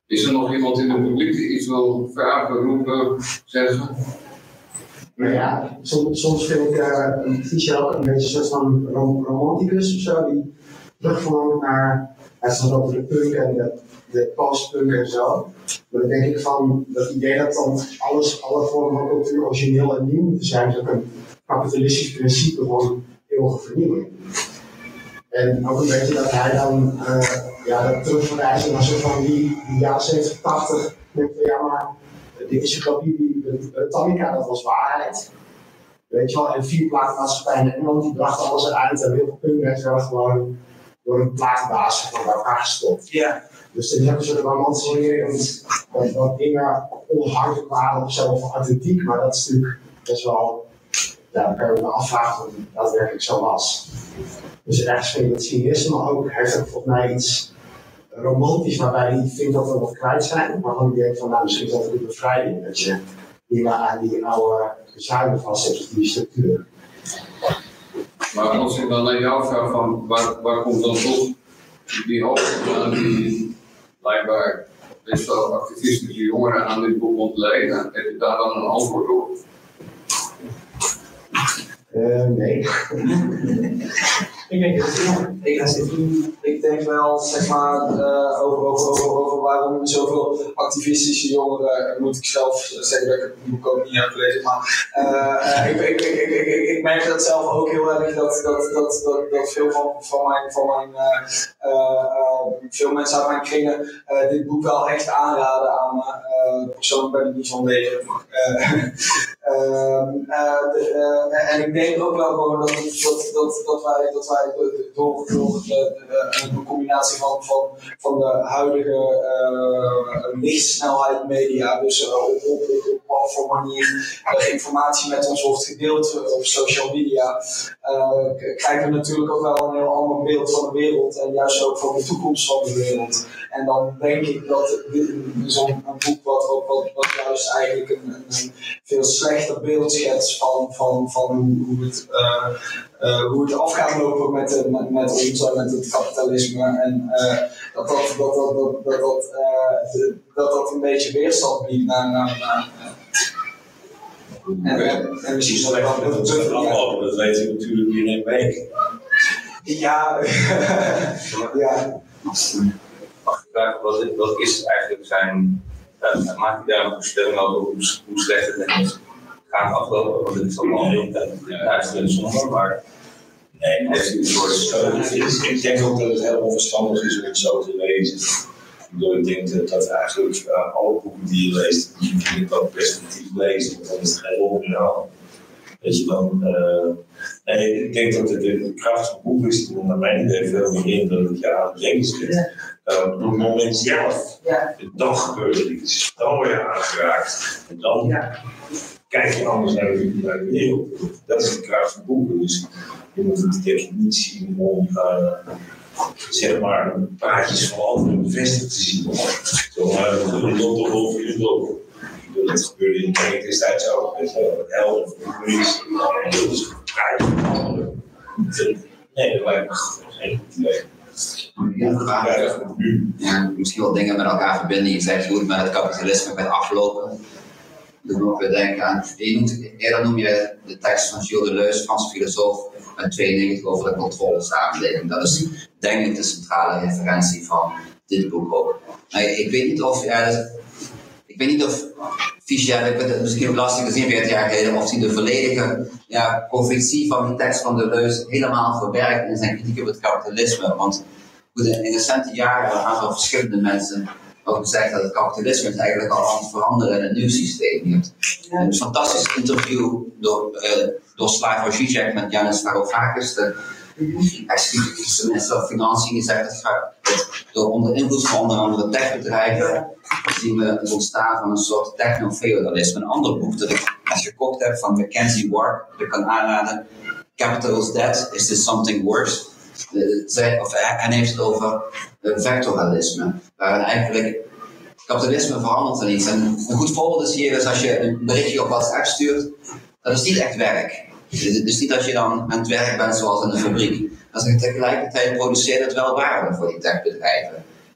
Is er nog iemand in het publiek die iets wil vragen, roepen, zeggen?
Maar ja, soms, soms vind ik uh, een Fischer ook een beetje een soort van rom romanticus of zo, die terugverlangt naar, hij staat over de punk en de, de postpunk en zo. Maar dan denk ik van, dat idee dat dan alles, alle vormen van cultuur origineel en nieuw moeten zijn, is ook een kapitalistisch principe van eeuwige vernieuwing. En ook een beetje dat hij dan uh, ja, dat terugverwijst naar soort van die, die jaren zeventig, tachtig, denk van ja maar, de encyclopedie, de Britannica, dat was waarheid. Weet je wel, en vier platenmaatschappijen in Engeland, die brachten alles eruit en heel veel punkbands werden gewoon door een platenbaas van bij elkaar gestopt.
Ja.
Dus er is ook een soort romantisering dat, dat dingen onafhankelijk waren of zo, of authentiek, maar dat is natuurlijk best wel, ja, dan kan je me afvragen of het daadwerkelijk zo was. Dus ergens vind ik dat cynisme ook, heeft ook volgens mij iets romantisch, waarbij hij vindt dat we wat kwijt zijn, maar dan denk ik van, nou, misschien is dat een bevrijding, dat je niet meer aan die oude zuilen vastzit, of die structuur.
Maar als ik dan naar jou vraag, van waar, waar komt dan toch die hoop aan die blijkbaar best wel activistische jongeren aan dit boek ontleden? Heb je daar dan een antwoord op?
Uh, nee.
Ik denk, ik, ik denk wel, zeg maar, uh, over, over, over, over waarom er zoveel activistische jongeren, moet ik zelf zeggen dat ik het boek ook niet heb gelezen, maar uh, ik, ik, ik, ik, ik, ik merk dat zelf ook heel erg, dat, dat, dat, dat, dat veel van, van mijn, van mijn uh, uh, uh, veel mensen uit mijn kringen uh, dit boek wel echt aanraden aan me. Uh, persoonlijk ben ik niet zo'n lezer. Uh, uh, uh, uh, en ik denk ook wel gewoon dat, dat, dat, dat wij, dat wij door, door de, de, een combinatie van, van, van de huidige uh, lichtsnelheid media, dus uh, op, op, op wat voor manier uh, informatie met ons wordt gedeeld op social media, uh, krijgen we natuurlijk ook wel een heel ander beeld van de wereld en juist ook van de toekomst van de wereld. En dan denk ik dat zo'n boek wat, wat, wat, wat juist eigenlijk een, een veel slechter beeld schetst van, van, van hoe, hoe, het, uh, uh, hoe het af gaat lopen met, de, met, met ons en met het kapitalisme. En uh, dat, dat, dat, dat, dat, dat, dat, uh, dat dat een beetje weerstand biedt naar... naar, naar
En, en, en misschien zal ik wel met het aflopen, dat weten we natuurlijk in één week.
Ja, ja.
Mag ik vragen, wat, wat is eigenlijk zijn, uh, maakt hij daar een voorstelling over hoe, hoe slecht het net gaat aflopen? Want het is allemaal duister en somber, maar
nee, maar het is een soort, ik denk ook dat het heel onverstandig is om het zo te lezen. Ik denk dat, dat eigenlijk uh, alle boeken die je leest, die je in dat perspectief leest, want dan is het geen origineel. Dat je dan, uh, nee, ik denk dat het de kracht van het boek is, naar mijn idee veel meer in dan dat je aan het denken zit. Uh, op het moment zelf,
ja.
dan gebeurt er iets, dan word je aangeraakt. En dan ja. kijk je anders naar de, naar de wereld. Dat is de kracht van boeken. Dus je moet het denk ik niet zien om uh, zeg maar praatjes van anderen bevestigd te zien. Zo maar een lot over je lopen. Dat gebeurde in de kerk destijds ook. Dat je helder voor de is. En dat is een praatje van anderen. Nee, dat lijkt me geen goed idee.
Ja, ja, misschien wel dingen met elkaar verbinden. Je zegt hoe het met het kapitalisme gaat aflopen. Dat moet ook weer denken aan. Je noemt, eerder noem je de tekst van Gilles Deleuze, Franse filosoof, uit tweeënnegentig over de controlesamenleving. Dat is denk ik de centrale referentie van dit boek ook. Maar ik weet niet of, ja, ik weet niet of Fischer, ik vind het misschien ook lastig te zien, veertig jaar geleden, of hij de volledige ja, profetie van die tekst van Deleuze helemaal verwerkt in zijn kritiek op het kapitalisme. Want in recente jaren hebben een aantal verschillende mensen ook gezegd dat het kapitalisme is eigenlijk al aan het veranderen in een nieuw systeem. Je hebt een fantastisch interview door, uh, door Slavoj Žižek met Yanis Varoufakis, de ex-minister van Financiën, die zegt dat door onder invloed van onder andere techbedrijven zien we het ontstaan van een soort techno-feudalisme. Een ander boek dat ik net gekocht heb van Mackenzie Ward, dat ik kan aanraden, Capital's Dead, Is This Something Worse? Uh, zij, of, en heeft het over uh, vectoralisme, waarin eigenlijk kapitalisme verandert er niets. En een goed voorbeeld is hier is als je een berichtje op WhatsApp stuurt, dat is niet echt werk. Het is niet dat je dan aan het werk bent zoals in een fabriek. Als je tegelijkertijd produceert het wel waarde voor die techbedrijven. En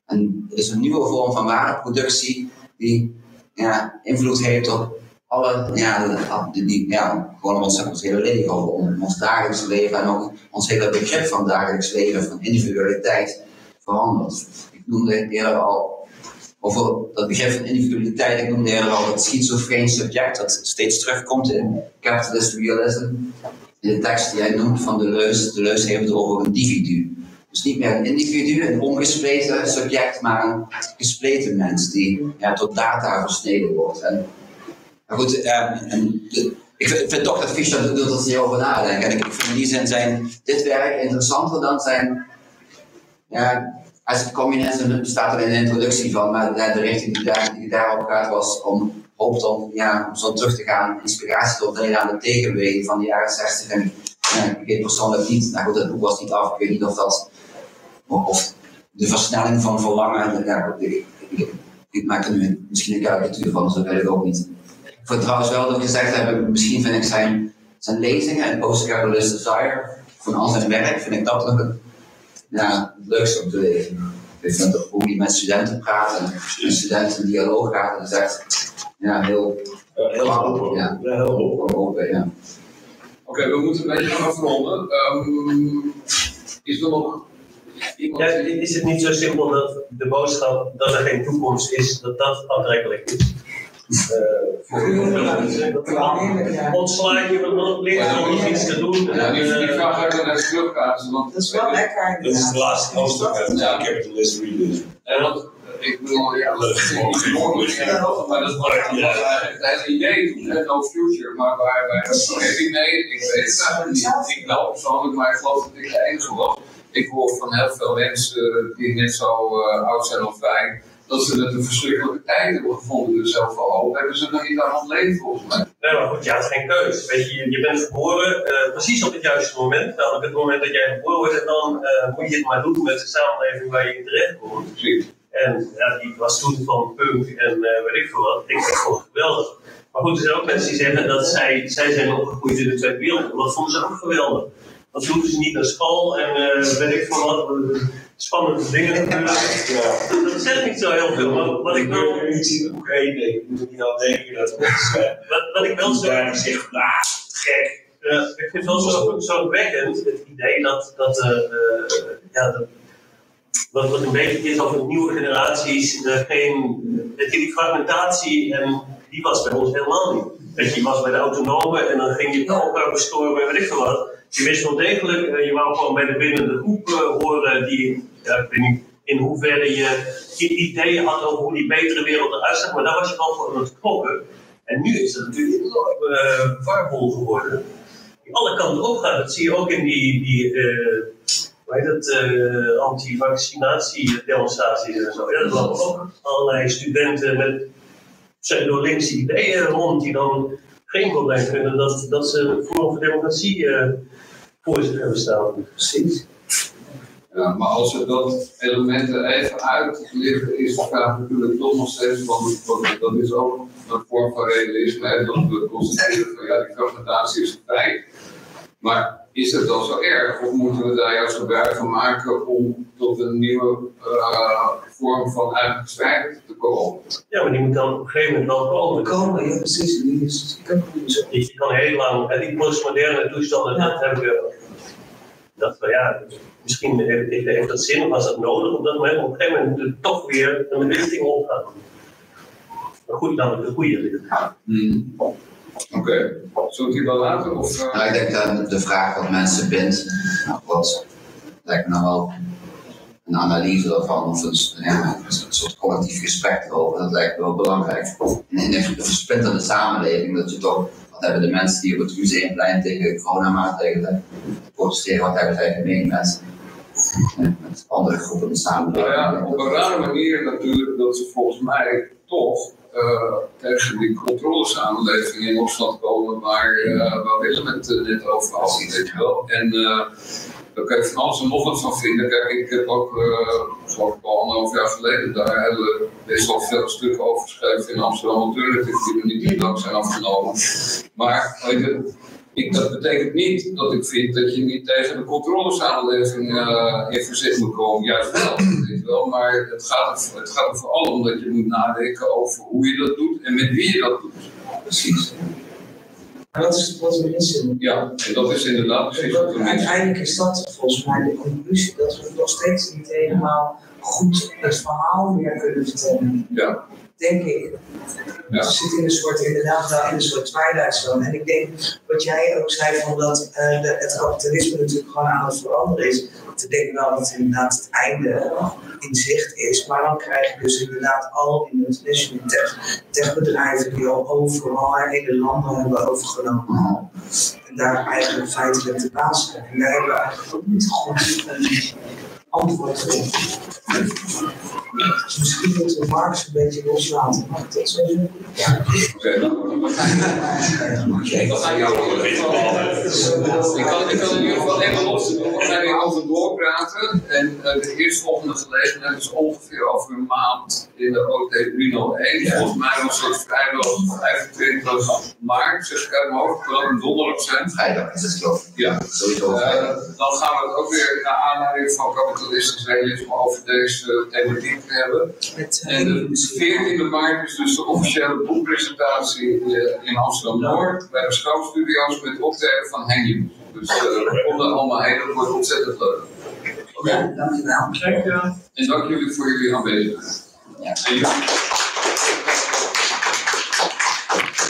het is een nieuwe vorm van waardeproductie die ja, invloed heeft op alle, ja, die, die, ja gewoon ons, ons hele leven, ons, ons dagelijks leven en ook ons hele begrip van dagelijks leven, van individualiteit verandert. Ik noemde eerder al over dat begrip van individualiteit, ik noemde eerder al het schizofreen subject dat steeds terugkomt in capitalist realism. In de tekst die jij noemt van Deleuze, Deleuze heeft het over een individu. Dus niet meer een individu, een ongespleten subject, maar een gespleten mens die ja, tot data versneden wordt. En, maar goed, eh, en de, ik vind, vind toch dat Fischer er doet er niet over nadenken. En ik, ik vind in die zin zijn dit werk interessanter dan zijn, ja, als het communisme staat er in de introductie van, maar de, de richting die, daar, die daarop gaat was om, hoopt om, ja, om zo terug te gaan, inspiratie te opnemen aan de tegenbeweging van de jaren zestig. En ja, ik weet persoonlijk niet, nou goed, het boek was niet af, ik weet niet of dat, of de versnelling van verlangen, ja, ik, ik, ik maak er nu misschien een karikatuur van, dus dat weet ik ook niet. Ik wil trouwens wel nog gezegd hebben, misschien vind ik zijn, zijn lezingen en Post-Capitalist Desire, van al zijn werk, vind ik dat nog het, ja, het leukste om te lezen. Ik vind dat hoe hij met studenten praat en met studenten in dialoog gaat, dat is echt ja, heel, heel open. Ja, heel open, ja.
Oké, okay, we moeten een beetje gaan afronden. Um, is er nog iemand?
Ja, is het niet zo simpel dat de boodschap dat er geen toekomst is, dat dat aantrekkelijk is? Uh, voor ontslaat je van het licht om iets te doen.
Ja, die, die vraag ga ik dan eens terugkaatsen.
Dat is wel lekker.
Dat is de laatste hoofdstuk uit ja. Capitalist Realism.
En dat, ik bedoel, ja, dat is mogelijk. Maar dat was eigenlijk het hele idee, no future. Maar waar wij heb ik nee, ik weet het eigenlijk niet. Ik wel persoonlijk, maar ik geloof dat ik de enige was. Ik hoor van heel veel mensen die net zo uh, oud zijn als wij, dat ze het een verschrikkelijke tijd hebben gevonden. Dus zoveel hoop hebben ze nog niet aan het leven, volgens mij.
Nee, maar goed, je had geen keus. Weet je, je bent geboren uh, precies op het juiste moment. Nou, op het moment dat jij geboren wordt, en dan uh, moet je het maar doen met de samenleving waar je in terecht komt.
Precies.
En ja, ik was toen van punk en uh, weet ik veel wat. Ik vond het gewoon geweldig. Maar goed, er zijn ook mensen die zeggen dat zij, zij zijn opgegroeid in de Tweede Wereldoorlog. Dat vonden ze ook geweldig. Dan hoeven ze niet naar school en uh, weet ik veel wat. Uh, spannende dingen gebeuren. Ja. Dat zegt niet zo heel veel, maar wat ik wel...
Ik zie het ook één ding. Ik moet niet al denken dat het is.
Wat, wat ik wel zo...
Daar zegt, nou, gek.
Uh, ik vind het wel zo, zo wekkend, het idee dat... dat uh, uh, ja, dat, wat, wat een beetje is over nieuwe generaties, uh, geen... Weet je, die fragmentatie, en die was bij ons helemaal niet. Weet je, je was bij de autonomen en dan ging je bij elkaar bestormen en weet ik veel wat. Je wist wel degelijk, uh, je wou gewoon bij de binnende groep uh, horen die, ja, ik weet niet in hoeverre je ideeën had over hoe die betere wereld eruit zag, maar daar was je wel voor aan het knokken. En nu is het natuurlijk een enorme uh, warboel geworden, die alle kanten op gaat. Dat zie je ook in die, die uh, hoe heet het, uh, anti-vaccinatie-demonstraties en zo. Ja, er lopen ook allerlei studenten met pseudo-linkse ideeën rond die dan geen probleem vinden dat, dat ze een vorm van democratie uh, voor zich hebben staan.
Precies. Ja, maar als we dat element er even uitlichten, is de vraag natuurlijk toch nog steeds, want dat is ook een vorm van realisme, hè, dat we constateren van ja, die fragmentatie is een feit. Maar is het dan zo erg, of moeten we daar juist gebruik van maken om tot een nieuwe uh, vorm van eigenlijk strijd te komen?
Ja, maar die moet dan op een gegeven moment wel komen.
Komen, ja precies. Die is,
je, je kan heel lang, en die postmoderne toestanden, ja. Dat hebben we, dat we ja, misschien heeft, heeft dat zin, of was dat nodig op dat moment, maar op een gegeven moment moet het toch weer een richting opgaan. Maar goed, dan de goede richting.
Hmm.
Oké, okay. Zullen we die wel laten? Of, uh...
nou, ik denk dat de vraag wat mensen bindt, nou, wat lijkt me nou wel een analyse daarvan, of een, ja, een soort collectief gesprek erover, dat lijkt me wel belangrijk. In een versplinterde samenleving, dat je toch, wat hebben de mensen die op het Museumplein tegen coronamaatregelen protesteren, wat hebben zij gemeen met, met andere groepen in de samenleving?
Nou ja, op een rare manier natuurlijk, dat ze volgens mij toch Uh, tegen die controlesamenleving in opstand komen waar, uh, waar Willem het uh, net over had, weet je wel. En uh, daar kan je van alles en nog wat van vinden. Kijk, ik heb ook, uh, zoals ik al anderhalf jaar geleden, daar hele, best wel veel stukken over geschreven in Amsterdam Alternative, die er niet in lang zijn afgenomen. Maar weet je, Ik, dat betekent niet dat ik vind dat je niet tegen de controlesamenleving uh, in verzet moet komen. Juist wel, weet je wel. Maar het gaat, er, het gaat er vooral om dat je moet nadenken over hoe je dat doet en met wie je dat doet. Precies.
Dat is wat we inzien.
Ja, en dat is inderdaad precies wat we mensen.
Uiteindelijk is dat volgens mij de conclusie dat we nog steeds niet helemaal goed het verhaal meer kunnen vertellen.
Ja.
Denk ik.
Ja.
We zitten in een soort, inderdaad wel in een soort twilight zone. En ik denk, wat jij ook zei, van dat uh, de, het kapitalisme natuurlijk gewoon aan het veranderen is. Te denken wel dat inderdaad het einde in zicht is. Maar dan krijg je dus inderdaad al die multinational tech, techbedrijven die al overal hele landen hebben overgenomen. En daar eigenlijk feitelijk de baas zijn. En daar hebben we eigenlijk ook niet goed een antwoord op. Dus misschien moeten we Marx een beetje loslaten. Mag ik dat zo zeggen? Ja.
Oké, dan ga jou Ik kan, ik kan in ieder geval even los. We gaan weer over doorpraten. En uh, de eerstvolgende gelegenheid is ongeveer over een maand in de O T driehonderdéén. Volgens mij was dat vrijdag vijfentwintig maart. Zeg ik uit mijn hoofd, kan ook een donderdag zijn.
Vrijdag is het geloof ik.
Ja,
sowieso.
Uh, dan gaan we het ook weer naar aanleiding van kapitalistisch realisme over deze thematiek hebben. En de veertiende maart is dus de officiële boekpresentatie in Amsterdam-Noord bij de Schouwstudio's met optreden van Henry. Dus uh, we komen er allemaal heen, dat wordt ontzettend leuk. Oké,
okay. Dankjewel.
Dankjewel. En dank jullie voor jullie aanwezigheid.
Ja.
En jullie.